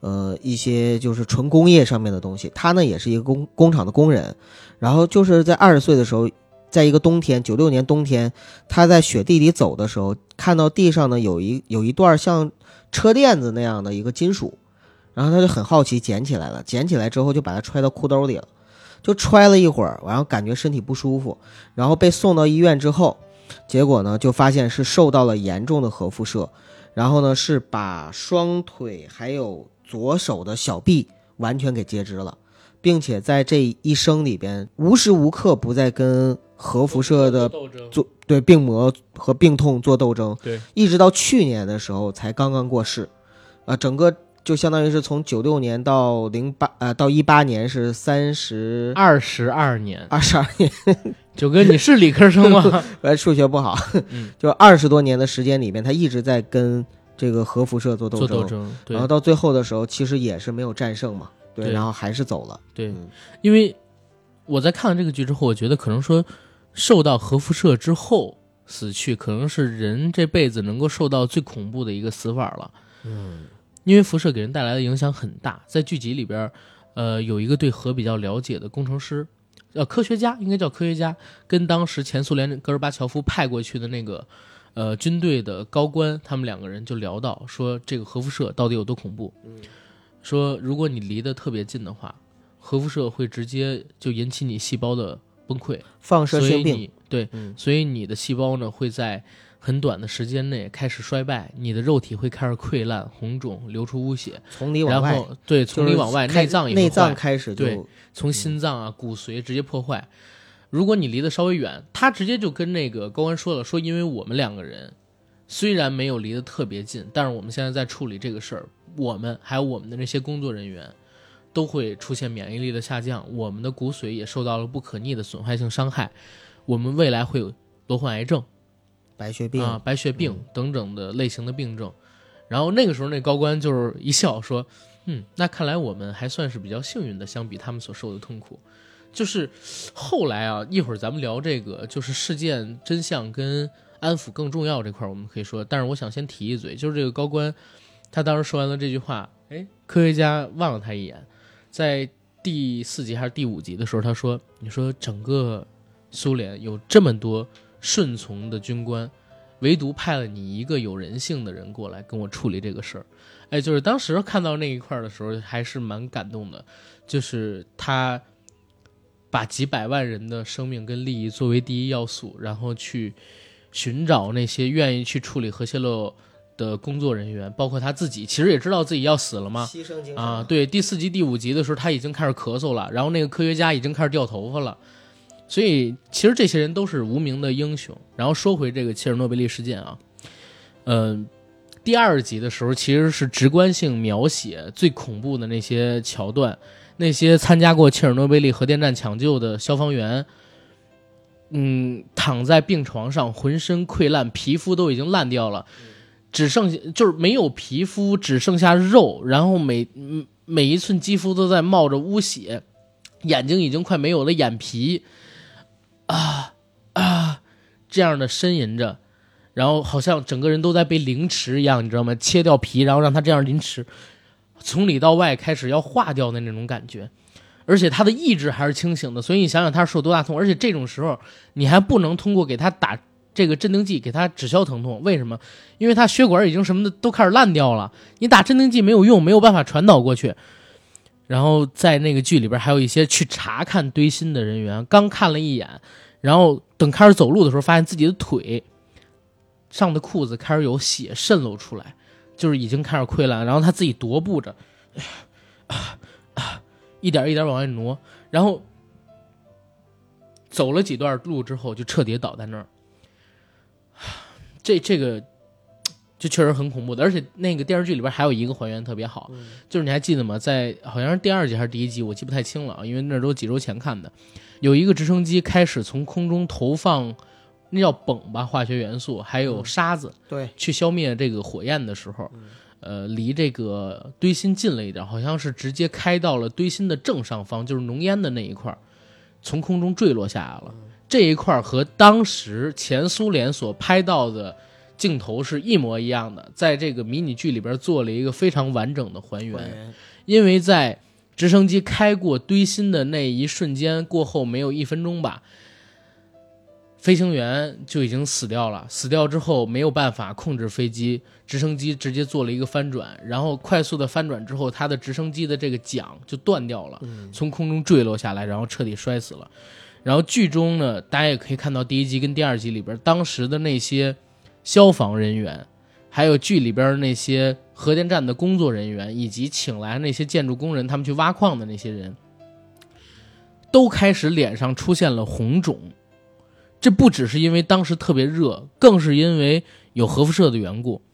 一些就是纯工业上面的东西。他呢也是一个工厂的工人，然后就是在20岁的时候，在一个冬天，96年冬天，他在雪地里走的时候，看到地上呢有一段像车垫子那样的一个金属，然后他就很好奇，捡起来了，捡起来之后就把它揣到裤兜里了，就揣了一会儿，然后感觉身体不舒服，然后被送到医院之后，结果呢就发现是受到了严重的核辐射，然后呢是把双腿还有左手的小臂完全给截肢了，并且在这一生里边无时无刻不在跟核辐射的病魔和病痛做斗争， 对， 一直到去年的时候才刚刚过世，整个就相当于是从96年到18年是 22年， 九哥你是理科生吗？ 数学不好，就20多年的时间里面，他一直在跟这个核辐射做斗争，然后到最后的时候，其实也是没有战胜嘛，对，然后还是走了， 对，因为我在看了这个剧之后，我觉得可能说受到核辐射之后死去，可能是人这辈子能够受到最恐怖的一个死法了，因为辐射给人带来的影响很大，在剧集里边，有一个对核比较了解的工程师。科学家应该叫科学家，跟当时前苏联戈尔巴乔夫派过去的那个军队的高官，他们2个人就聊到说这个核辐射到底有多恐怖。说如果你离得特别近的话，核辐射会直接就引起你细胞的崩溃， 放射性病。 对，所以你的细胞呢会在很短的时间内开始衰败，你的肉体会开始溃烂、红肿、流出污血， 从里往外， 然后对，从里往外， 内脏开始对，从心脏啊、骨髓直接破坏。如果你离得稍微远，他直接就跟那个高官说了，说因为我们2个人虽然没有离得特别近，但是我们现在在处理这个事儿，我们还有我们的那些工作人员都会出现免疫力的下降，我们的骨髓也受到了不可逆的损坏性伤害，我们未来会有瘘管癌症、 白血病等等的类型的病症。然后那个时候那高官就是一笑说，那看来我们还算是比较幸运的，相比他们所受的痛苦。就是后来啊，一会儿咱们聊这个就是事件真相跟安抚更重要这块我们可以说，但是我想先提一嘴，就是这个高官他当时说完了这句话，科学家望了他一眼，在第4集还是第5集的时候他说，你说整个苏联有这么多顺从的军官，唯独派了你一个有人性的人过来跟我处理这个事儿。就是当时看到那一块的时候还是蛮感动的，就是他把几百万人的生命跟利益作为第一要素，然后去寻找那些愿意去处理核泄漏的工作人员，包括他自己，其实也知道自己要死了嘛， 牺牲精神啊，对，第4集第5集的时候他已经开始咳嗽了，然后那个科学家已经开始掉头发了，所以其实这些人都是无名的英雄。然后说回这个切尔诺贝利事件啊，第2集的时候其实是直观性描写最恐怖的那些桥段，那些参加过切尔诺贝利核电站抢救的消防员，躺在病床上，浑身溃烂，皮肤都已经烂掉了，只剩下就是没有皮肤，只剩下肉，然后每一寸肌肤都在冒着污血，眼睛已经快没有了眼皮，这样的呻吟着，然后好像整个人都在被凌迟一样，你知道吗？切掉皮，然后让他这样凌迟，从里到外开始要化掉的那种感觉。而且他的意志还是清醒的，所以你想想他受多大痛。而且这种时候你还不能通过给他打这个镇定剂给他止消疼痛，为什么？因为他血管已经什么的都开始烂掉了，你打镇定剂没有用，没有办法传导过去。然后在那个剧里边还有一些去查看堆芯的人员，刚看了一眼，然后等开始走路的时候发现自己的腿上的裤子开始有血渗漏出来，就是已经开始溃烂，然后他自己踱步着一点一点往外挪，然后走了几段路之后就彻底倒在那儿。这个就确实很恐怖的。而且那个电视剧里边还有一个还原特别好，就是你还记得吗？在好像是第2集还是第1集，我记不太清了啊，因为那都几周前看的。有一个直升机开始从空中投放那叫汞吧，化学元素还有沙子， 对， 去消灭这个火焰的时候，离这个堆芯近了一点，好像是直接开到了堆芯的正上方，就是浓烟的那一块，从空中坠落下来了。这一块和当时前苏联所拍到的镜头是一模一样的，在这个迷你剧里边做了一个非常完整的还原。因为在直升机开过堆芯的那一瞬间过后，没有1分钟吧，飞行员就已经死掉了。死掉之后没有办法控制飞机，直升机直接做了一个翻转，然后快速的翻转之后，它的直升机的这个桨就断掉了，从空中坠落下来，然后彻底摔死了。然后剧中呢，大家也可以看到第1集跟第2集里边当时的那些消防人员，还有剧里边那些核电站的工作人员，以及请来那些建筑工人，他们去挖矿的那些人，都开始脸上出现了红肿。这不只是因为当时特别热，更是因为有核辐射的缘故。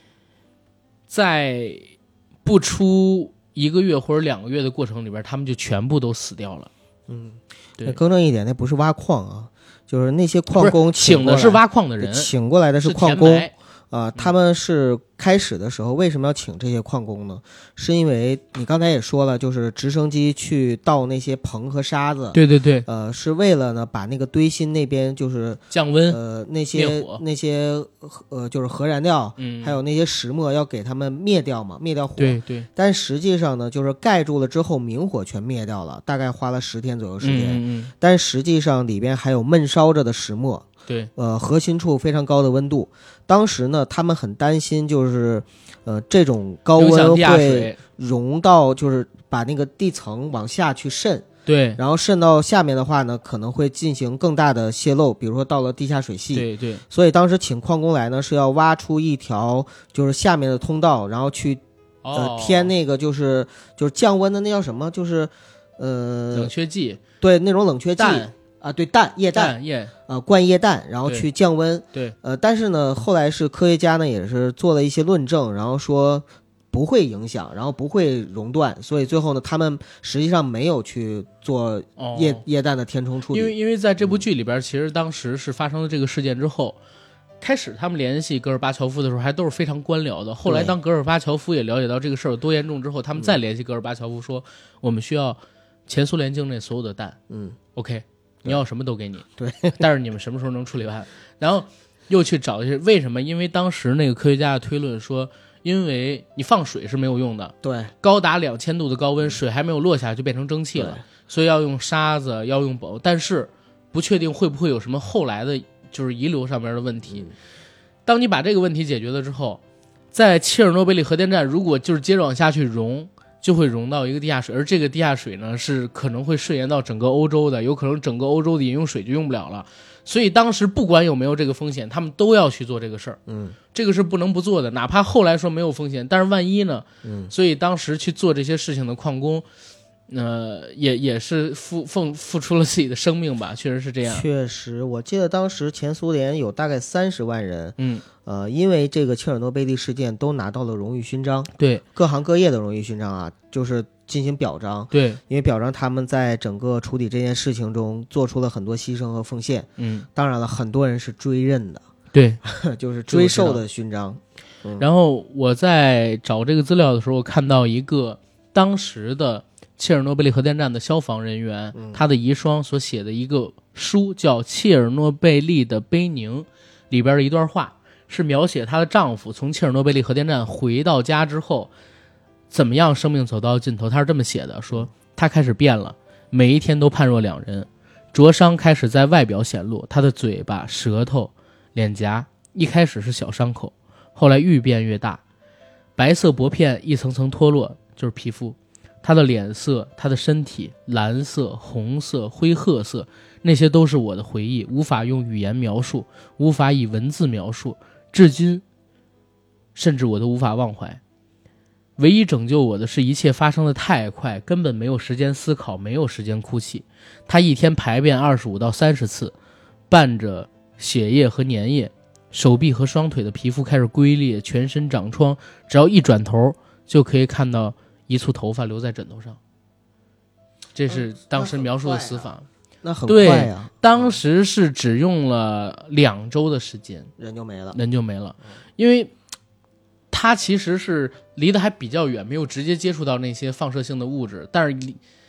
在不出1个月或者2个月的过程里边，他们就全部都死掉了。对， 更正一点，那不是挖矿啊，就是那些矿工请的是挖矿的人， 请过来的是矿工他们是开始的时候为什么要请这些矿工呢？是因为你刚才也说了，就是直升机去倒那些硼和沙子， 对对对， 是为了呢把那个堆芯那边就是降温， 那些就是核燃料，还有那些石墨要给他们灭掉嘛，灭掉火。 对对。 但实际上呢，就是盖住了之后，明火全灭掉了，大概花了10天左右时间。但实际上里边还有闷烧着的石墨。 对， 核心处非常高的温度。当时呢，他们很担心，就是这种高温会融到，就是把那个地层往下去渗。 对， 然后渗到下面的话呢，可能会进行更大的泄漏，比如说到了地下水系。 对对。 所以当时请矿工来呢，是要挖出一条就是下面的通道，然后去添那个就是降温的那叫什么？就是冷却剂。 对，那种冷却剂。对，液氮，灌液氮，然后去降温。 对， 但是呢，后来是科学家呢也是做了一些论证，然后说不会影响，然后不会熔断，所以最后呢，他们实际上没有去做液氮的填充处理。 因为在这部剧里边，其实当时是发生了这个事件之后，开始他们联系戈尔巴乔夫的时候还都是非常官僚的。后来当戈尔巴乔夫也了解到这个事儿有多严重之后，他们再联系戈尔巴乔夫说，我们需要前苏联境内所有的氮。OK。你要什么都给你， 对， 但是你们什么时候能处理完？然后又去找一些为什么？因为当时那个科学家的推论说，因为你放水是没有用的， 对， 高达2000度的高温，水还没有落下就变成蒸汽了，所以要用沙子，要用铀，但是不确定会不会有什么后来的，就是遗留上面的问题。当你把这个问题解决了之后，在切尔诺贝利核电站，如果就是接着往下去融。就会融到一个地下水，而这个地下水呢是可能会顺延到整个欧洲的，有可能整个欧洲的饮用水就用不了了。所以当时不管有没有这个风险，他们都要去做这个事儿。这个是不能不做的，哪怕后来说没有风险，但是万一呢？所以当时去做这些事情的矿工，也是付出了自己的生命吧，确实是这样。 确实，我记得当时前苏联有大概30万人，因为这个切尔诺贝利事件都拿到了荣誉勋章， 对， 各行各业的荣誉勋章啊，就是进行表彰， 对， 因为表彰他们在整个处理这件事情中做出了很多牺牲和奉献。当然了，很多人是追认的， 对， 就是追授的勋章。 然后我在找这个资料的时候，看到一个当时的切尔诺贝利核电站的消防人员，他的遗孀所写的一个书，叫《切尔诺贝利的悲宁》，里边的一段话是描写她的丈夫从切尔诺贝利核电站回到家之后，怎么样生命走到尽头。他是这么写的，说他开始变了，每一天都判若两人，灼伤开始在外表显露，他的嘴巴、舌头、脸颊一开始是小伤口，后来愈变越大，白色薄片一层层脱落，就是皮肤。他的脸色，他的身体，蓝色、红色、灰褐色，那些都是我的回忆，无法用语言描述，无法以文字描述，至今甚至我都无法忘怀。唯一拯救我的是一切发生的太快，根本没有时间思考，没有时间哭泣。他一天排便25到30次，伴着血液和粘液，手臂和双腿的皮肤开始龟裂，全身长疮，只要一转头就可以看到一簇头发留在枕头上。这是当时描述的死法。 那很快啊！ 对，当时是只用了2周的时间， 人就没了。 因为他其实是离得还比较远，没有直接接触到那些放射性的物质，但是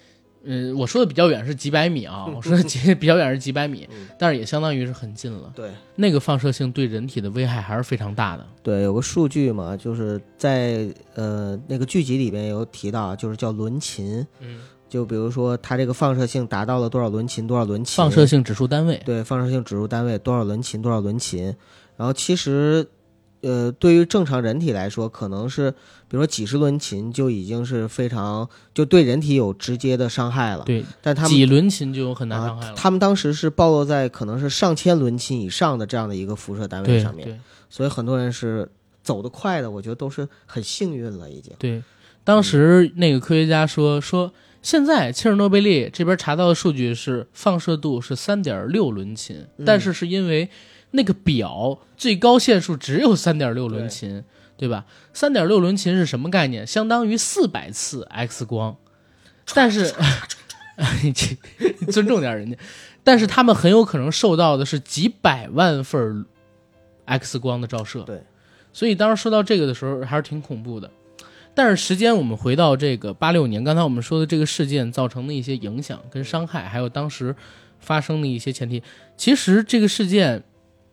我说的比较远是几百米啊，我说的比较远是几百米，但是也相当于是很近了。 对， 那个放射性对人体的危害还是非常大的。 对，有个数据嘛，就是在那个剧集里边有提到，就是叫伦琴。就比如说它这个放射性达到了多少伦琴，多少伦琴， 放射性指数单位。 对，放射性指数单位多少伦琴，多少伦琴。然后其实对于正常人体来说，可能是比如说几十伦琴就已经是非常就对人体有直接的伤害了。 对， 但他们几伦琴就有很大伤害了。 他们当时是暴露在可能是上千伦琴以上的这样的一个辐射单位上面， 对， 所以很多人是走得快的，我觉得都是很幸运了已经。 对，当时那个科学家说现在切尔诺贝利这边查到的数据是放射度是 3.6 伦琴，但是是因为那个表最高线数只有 3.6 伦琴， 对吧？ 3.6 伦琴是什么概念？相当于400次 X 光。但是你尊重点人家，但是他们很有可能受到的是几百万份 X 光的照射。 对， 所以当时说到这个的时候还是挺恐怖的。但是时间我们回到这个86年，刚才我们说的这个事件造成的一些影响跟伤害，还有当时发生的一些前提，其实这个事件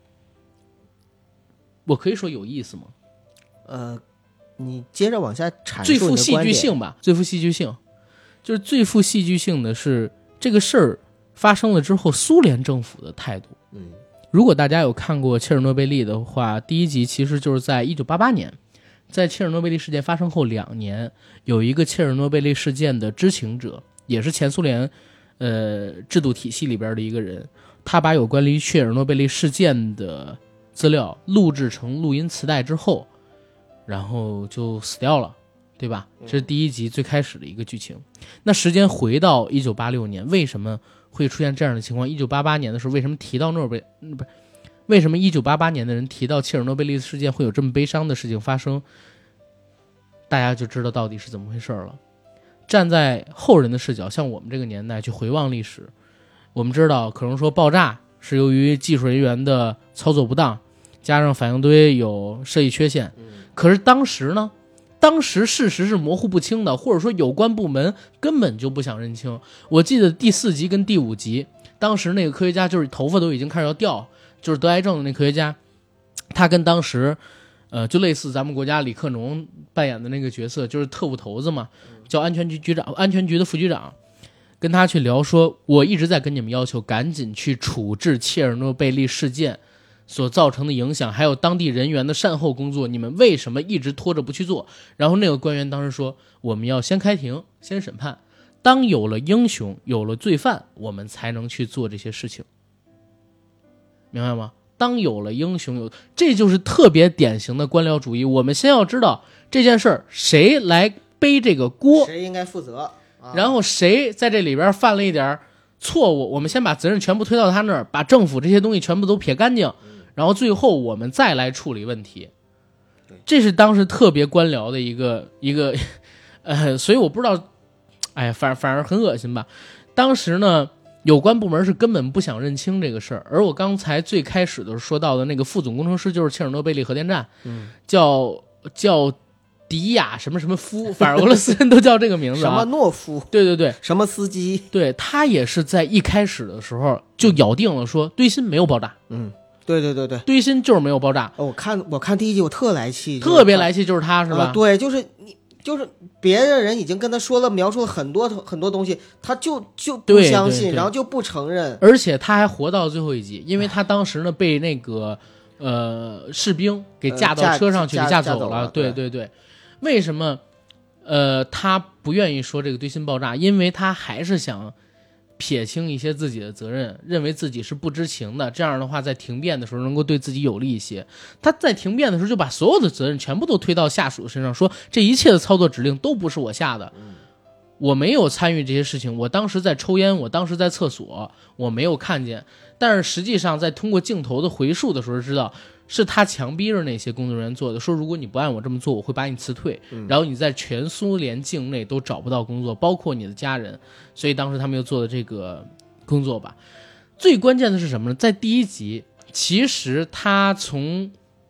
我可以说有意思吗？ 你接着往下阐述。 最富戏剧性吧，最富戏剧性，就是最富戏剧性的是这个事儿发生了之后苏联政府的态度。如果大家有看过切尔诺贝利的话，第一集其实就是在1988年，在切尔诺贝利事件发生后2年，有一个切尔诺贝利事件的知情者，也是前苏联制度体系里边的一个人，他把有关于切尔诺贝利事件的资料录制成录音磁带之后，然后就死掉了，对吧？这是第一集最开始的一个剧情。那时间回到1986年，为什么会出现这样的情况？1988年的时候，为什么提到为什么1988年的人提到切尔诺贝利事件会有这么悲伤的事情发生？大家就知道到底是怎么回事了。站在后人的视角，像我们这个年代去回望历史，我们知道可能说爆炸是由于技术人员的操作不当，加上反应堆有设计缺陷。可是当时呢，当时事实是模糊不清的，或者说有关部门根本就不想认清。我记得第4集跟第5集，当时那个科学家就是头发都已经开始要掉，就是得癌症的那科学家，他跟当时就类似咱们国家李克农扮演的那个角色，就是特务头子嘛，叫安全局局长，安全局的副局长，跟他去聊说，我一直在跟你们要求赶紧去处置切尔诺贝利事件所造成的影响，还有当地人员的善后工作，你们为什么一直拖着不去做？然后那个官员当时说，我们要先开庭，先审判，当有了英雄，有了罪犯，我们才能去做这些事情，明白吗？当有了英雄，这就是特别典型的官僚主义。我们先要知道这件事儿谁来背这个锅， 谁应该负责， 然后谁在这里边犯了一点错误，我们先把责任全部推到他那儿，把政府这些东西全部都撇干净，然后最后我们再来处理问题。这是当时特别官僚的一个所以我不知道，反而很恶心吧。当时呢，有关部门是根本不想认清这个事儿，而我刚才最开始的时候说到的那个副总工程师就是切尔诺贝利核电站，叫迪亚什么什么夫，反正俄罗斯人都叫这个名字， 什么诺夫， 对， 什么司机， 对，他也是在一开始的时候就咬定了说堆芯没有爆炸， 对， 堆芯就是没有爆炸。 我看第一集我特来气， 特别来气就是他是吧？ 对，就是别的人已经跟他说了，描述了很多很多东西，他就不相信，然后就不承认， 而且他还活到最后一集，因为他当时呢被那个士兵给架到车上去，给架走了。对，为什么他不愿意说这个堆芯爆炸？因为他还是想撇清一些自己的责任，认为自己是不知情的，这样的话在庭辩的时候能够对自己有利一些。他在庭辩的时候就把所有的责任全部都推到下属身上，说这一切的操作指令都不是我下的，我没有参与这些事情，我当时在抽烟，我当时在厕所，我没有看见。但是实际上在通过镜头的回溯的时候知道是他强逼着那些工作人员做的，说如果你不按我这么做，我会把你辞退，然后你在全苏联境内都找不到工作，包括你的家人。所以当时他们又做的这个工作吧。最关键的是什么呢？在第一集，其实他从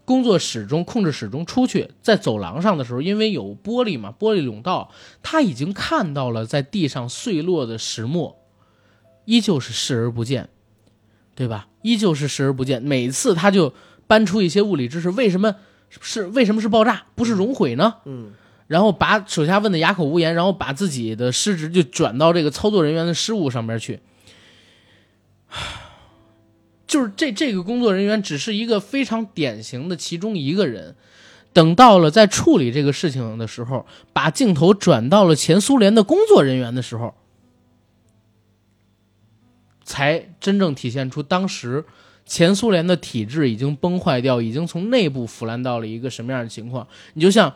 工作室中控制室中出去，在走廊上的时候，因为有玻璃嘛，玻璃甬道，他已经看到了在地上碎落的石墨，依旧是视而不见，对吧？依旧是视而不见。每次他就搬出一些物理知识，为什么是爆炸，不是熔毁呢？然后把手下问的哑口无言，然后把自己的失职就转到这个操作人员的失误上面去。就是这个工作人员只是一个非常典型的其中一个人，等到了在处理这个事情的时候，把镜头转到了前苏联的工作人员的时候，才真正体现出当时前苏联的体制已经崩坏掉，已经从内部腐烂到了一个什么样的情况。你就像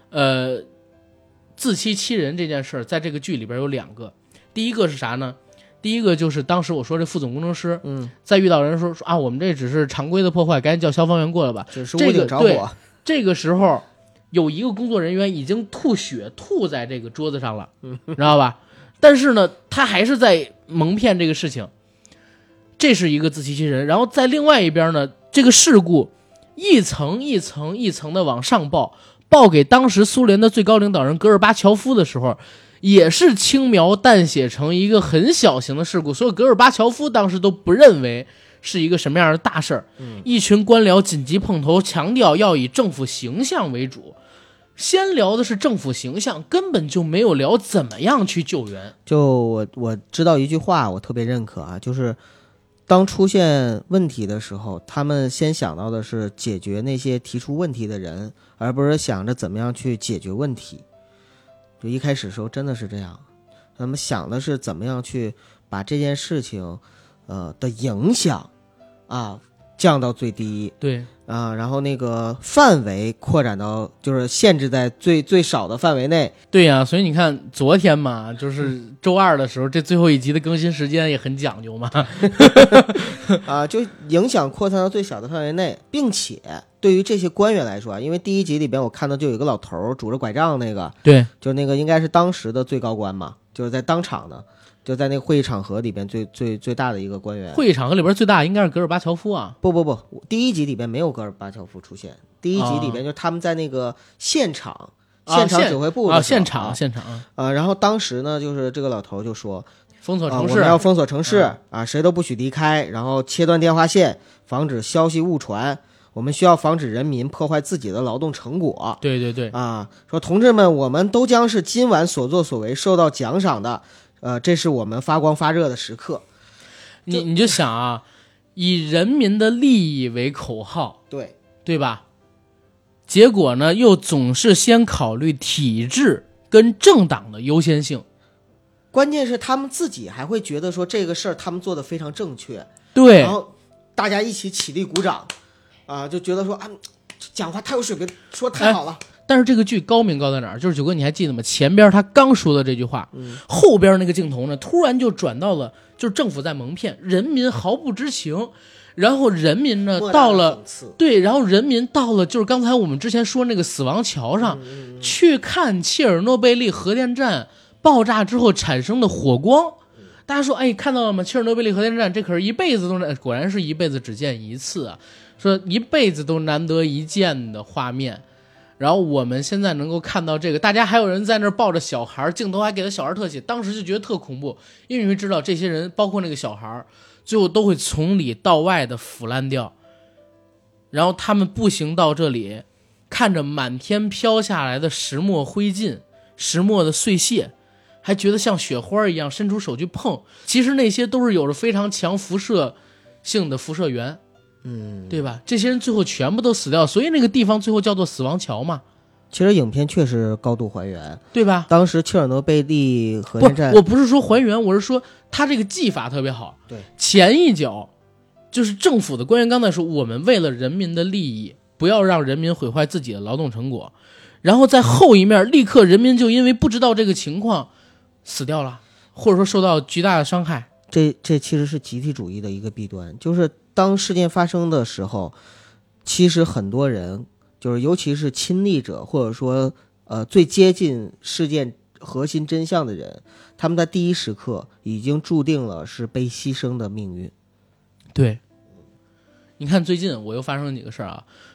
自欺欺人这件事儿，在这个剧里边有2个，第一个是啥呢？第一个就是当时我说这副总工程师，在遇到人说啊，我们这只是常规的破坏，赶紧叫消防员过来吧。 只是屋顶着火。 这个时候有一个工作人员已经吐血吐在这个桌子上了，知道吧？但是呢，他还是在蒙骗这个事情，这是一个自欺欺人。然后在另外一边呢，这个事故一层一层一层的往上报给当时苏联的最高领导人戈尔巴乔夫的时候，也是轻描淡写成一个很小型的事故，所以戈尔巴乔夫当时都不认为是一个什么样的大事儿。一群官僚紧急碰头，强调要以政府形象为主，先聊的是政府形象，根本就没有聊怎么样去救援。 就我知道一句话我特别认可啊，就是当出现问题的时候，他们先想到的是解决那些提出问题的人，而不是想着怎么样去解决问题。就一开始的时候真的是这样，他们想的是怎么样去把这件事情的影响降到最低， 对然后那个范围扩展到就是限制在最少的范围内。 对呀，所以你看昨天嘛，就是周2的时候，这最后一集的更新时间也很讲究嘛。 就影响扩散到最小的范围内，并且对于这些官员来说因为第1集里边我看到就有一个老头拄着拐杖，那个对， 就那个应该是当时的最高官嘛，就是在当场的，就在那个会议场合里边最大的一个官员。 会议场合里边最大应该是戈尔巴乔夫啊。 不，第1集里边没有戈尔巴乔夫出现，第1集里边就是他们在那个现场指挥部的现场然后当时呢，就是这个老头就说封锁城市， 我们要封锁城市谁都不许离开，然后切断电话线，防止消息误传，我们需要防止人民破坏自己的劳动成果。 对说同志们，我们都将是今晚所作所为受到奖赏的，这是我们发光发热的时刻。 你就想啊，以人民的利益为口号， 对吧？结果呢，又总是先考虑体制跟政党的优先性。 关键是他们自己还会觉得说这个事儿他们做的非常正确， 对， 然后大家一起起立鼓掌就觉得说讲话太有水平，说太好了。 但是这个剧高明高在哪儿？就是九哥你还记得吗？前边他刚说的这句话，后边那个镜头呢，突然就转到了就是政府在蒙骗，人民毫不知情。然后人民呢到了，对，然后人民到了就是刚才我们之前说那个死亡桥上，去看切尔诺贝利核电站爆炸之后产生的火光。大家说看到了吗？切尔诺贝利核电站这可是一辈子都果然是一辈子只见一次啊，说一辈子都难得一见的画面。然后我们现在能够看到这个，大家还有人在那儿抱着小孩，镜头还给他小孩特写，当时就觉得特恐怖，因为你会知道这些人包括那个小孩最后都会从里到外的腐烂掉。然后他们步行到这里，看着满天飘下来的石墨灰烬，石墨的碎屑，还觉得像雪花一样伸出手去碰，其实那些都是有着非常强辐射性的辐射源，对吧？这些人最后全部都死掉，所以那个地方最后叫做死亡桥嘛。 其实影片确实高度还原， 对吧？ 当时切尔诺贝利核电站， 我不是说还原，我是说他这个技法特别好。 对， 前一脚就是政府的官员刚才说，我们为了人民的利益，不要让人民毁坏自己的劳动成果。然后在后一面，立刻人民就因为不知道这个情况死掉了，或者说受到巨大的伤害。 这其实是集体主义的一个弊端，就是当事件发生的时候，其实很多人就是尤其是亲历者，或者说最接近事件核心真相的人，他们在第一时刻已经注定了是被牺牲的命运。 对，你看最近我又发生了几个事儿啊，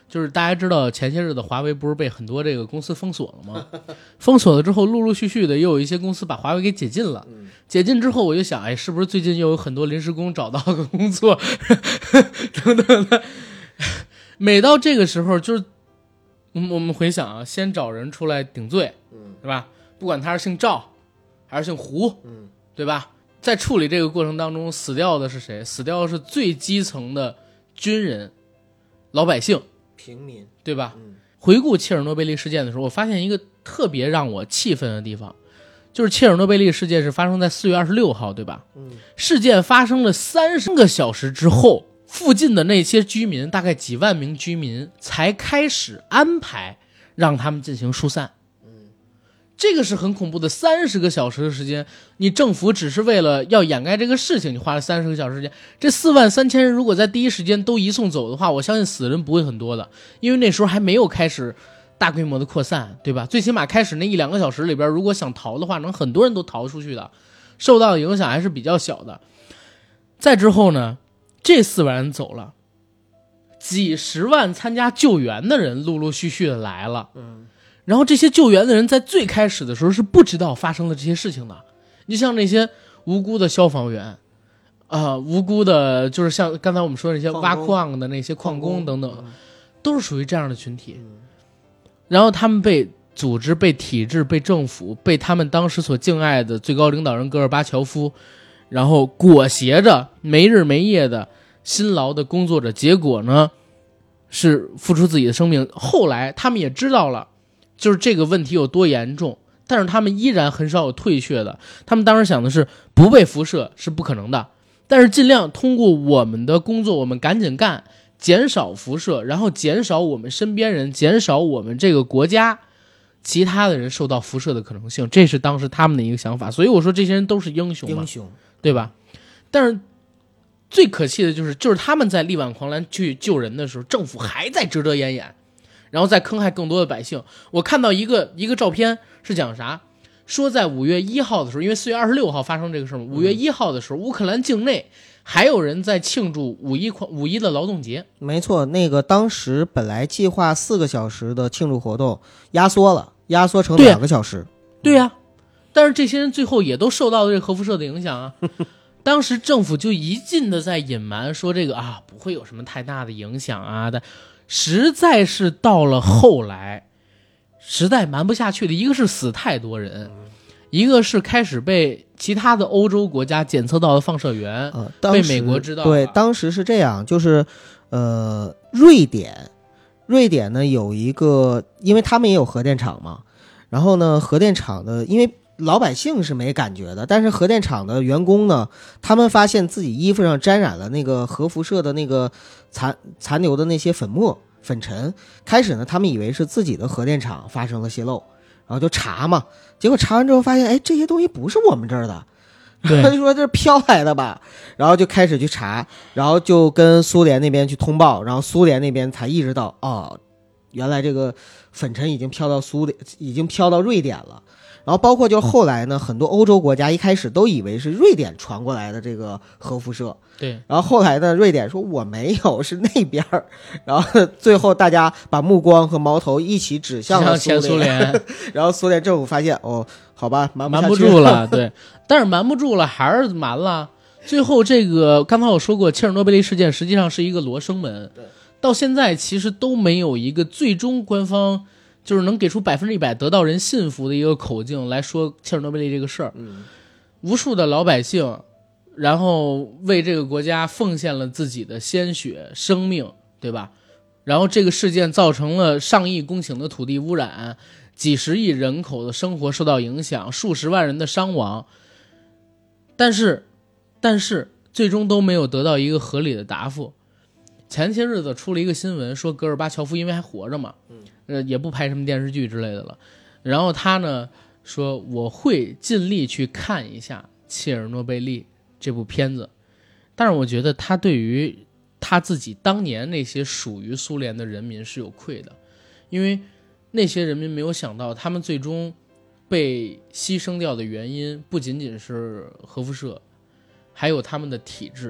就是大家知道前些日子华为不是被很多这个公司封锁了吗？封锁了之后，陆陆续续的又有一些公司把华为给解禁了。解禁之后，我就想，哎，是不是最近又有很多临时工找到个工作等等的？每到这个时候，就是我们回想啊，先找人出来顶罪，对吧？不管他是姓赵还是姓胡，对吧？在处理这个过程当中，死掉的是谁？死掉的是最基层的军人、老百姓、 平民， 对吧？回顾切尔诺贝利事件的时候，我发现一个特别让我气愤的地方，就是切尔诺贝利事件是发生在4月26号，对吧？事件发生了30个小时之后，附近的那些居民，大概几万名居民，才开始安排让他们进行疏散。这个是很恐怖的，30个小时的时间，你政府只是为了要掩盖这个事情，你花了30个小时时间。这43000人如果在第一时间都移送走的话，我相信死人不会很多的，因为那时候还没有开始大规模的扩散，对吧？最起码开始那1-2个小时里边，如果想逃的话，能很多人都逃出去的，受到的影响还是比较小的。再之后呢，这4万人走了，几十万参加救援的人陆陆续续的来了。然后这些救援的人在最开始的时候是不知道发生了这些事情的。你像那些无辜的消防员无辜的就是像刚才我们说的那些挖矿的那些矿工等等，都是属于这样的群体。然后他们被组织、被体制、被政府、被他们当时所敬爱的最高领导人戈尔巴乔夫，然后裹挟着没日没夜的辛劳的工作者，结果呢是付出自己的生命。后来他们也知道了就是这个问题有多严重，但是他们依然很少有退却的。他们当时想的是不被辐射是不可能的，但是尽量通过我们的工作，我们赶紧干，减少辐射，然后减少我们身边人，减少我们这个国家其他的人受到辐射的可能性，这是当时他们的一个想法。所以我说这些人都是英雄嘛，对吧？但是最可气的就是他们在力挽狂澜去救人的时候，政府还在遮遮掩掩，然后再坑害更多的百姓。我看到一个照片是讲啥，说在5月1号的时候，因为4月26号发生这个事嘛，5月1号的时候，乌克兰境内还有人在庆祝五一的劳动节。 没错，那个当时本来计划4个小时的庆祝活动压缩成2个小时。 对呀，但是这些人最后也都受到了这个核辐射的影响啊。当时政府就一劲的在隐瞒说这个不会有什么太大的影响啊的。实在是到了后来实在瞒不下去的，一个是死太多人，一个是开始被其他的欧洲国家检测到的放射源被美国知道。 对，当时是这样，就是瑞典呢有一个，因为他们也有核电厂嘛，然后呢核电厂的因为老百姓是没感觉的，但是核电厂的员工呢，他们发现自己衣服上沾染了那个核辐射的那个残留的那些粉尘。开始呢他们以为是自己的核电厂发生了泄漏，然后就查嘛，结果查完之后发现，哎，这些东西不是我们这儿的，他就说这是飘来的吧，然后就开始去查，然后就跟苏联那边去通报，然后苏联那边才意识到原来这个粉尘已经飘到瑞典了。然后包括就后来呢，很多欧洲国家一开始都以为是瑞典传过来的这个核辐射， 对。 然后后来呢，瑞典说我没有，是那边，然后最后大家把目光和矛头一起指向了前苏联， 然后苏联政府发现好吧，瞒不住了，对，但是瞒不住了还是瞒了。最后这个刚才我说过，切尔诺贝利事件实际上是一个罗生门，到现在其实都没有一个最终官方就是能给出100%得到人信服的一个口径来说切尔诺贝利这个事儿。无数的老百姓，然后为这个国家奉献了自己的鲜血、生命，对吧？然后这个事件造成了上亿公顷的土地污染，几十亿人口的生活受到影响，数十万人的伤亡。但是最终都没有得到一个合理的答复。前些日子出了一个新闻，说戈尔巴乔夫因为还活着嘛，也不拍什么电视剧之类的了。然后他呢说我会尽力去看一下切尔诺贝利这部片子，但是我觉得他对于他自己当年那些属于苏联的人民是有愧的，因为那些人民没有想到他们最终被牺牲掉的原因不仅仅是核辐射，还有他们的体制。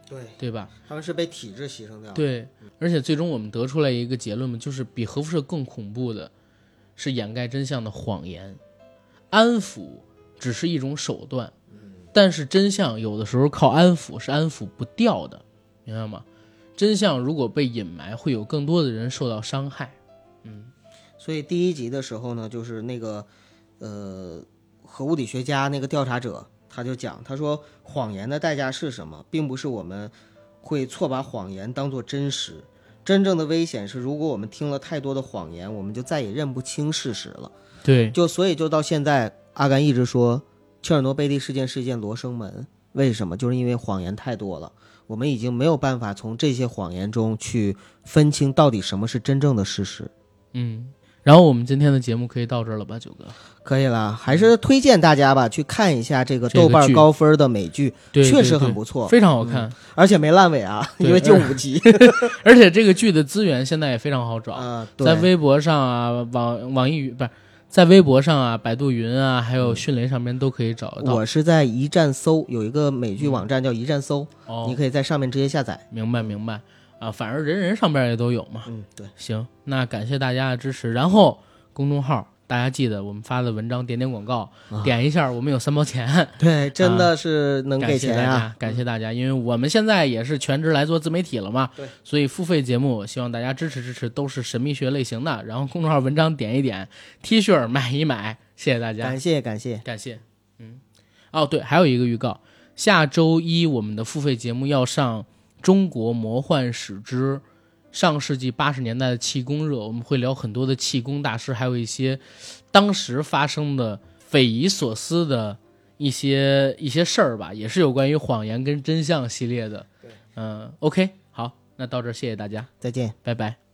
对吧？ 他们是被体制牺牲掉的。 对，而且最终我们得出来一个结论嘛，就是比核辐射更恐怖的是掩盖真相的谎言，安抚只是一种手段，但是真相有的时候靠安抚是安抚不掉的，明白吗？真相如果被隐埋，会有更多的人受到伤害。 所以第一集的时候呢，就是那个核物理学家那个调查者，他就讲，他说谎言的代价是什么，并不是我们会错把谎言当作真实，真正的危险是如果我们听了太多的谎言，我们就再也认不清事实了。 对， 所以就到现在，阿甘一直说切尔诺贝利事件是一件罗生门，为什么？就是因为谎言太多了，我们已经没有办法从这些谎言中去分清到底什么是真正的事实。 然后我们今天的节目可以到这儿了吧，九哥？ 可以了，还是推荐大家吧去看一下这个豆瓣高分的美剧，确实很不错， 非常好看， 而且没烂尾啊，因为就5集。 而且这个剧的资源现在也非常好找，在微博上啊，网易云不是，在微博上啊，百度云啊，还有迅雷上面都可以找得到。 我是在一站搜，有一个美剧网站叫一站搜，你可以在上面直接下载。 明白啊，反正人上边也都有嘛。 对， 行，那感谢大家的支持。然后公众号大家记得我们发的文章点广告，点一下，我们有3毛钱。 对，真的是能给钱啊！ 感谢大家，因为我们现在也是全职来做自媒体了嘛。 对， 所以付费节目希望大家支持，都是神秘学类型的。然后公众号文章点一点 ，T 恤买一买，谢谢大家， 感谢。 对，还有一个预告，下周一我们的付费节目要上中国魔幻史之上世纪80年代的气功热，我们会聊很多的气功大师，还有一些当时发生的匪夷所思的一些事儿吧，也是有关于谎言跟真相系列的。OK， 好，那到这儿谢谢大家， 再见， 拜拜。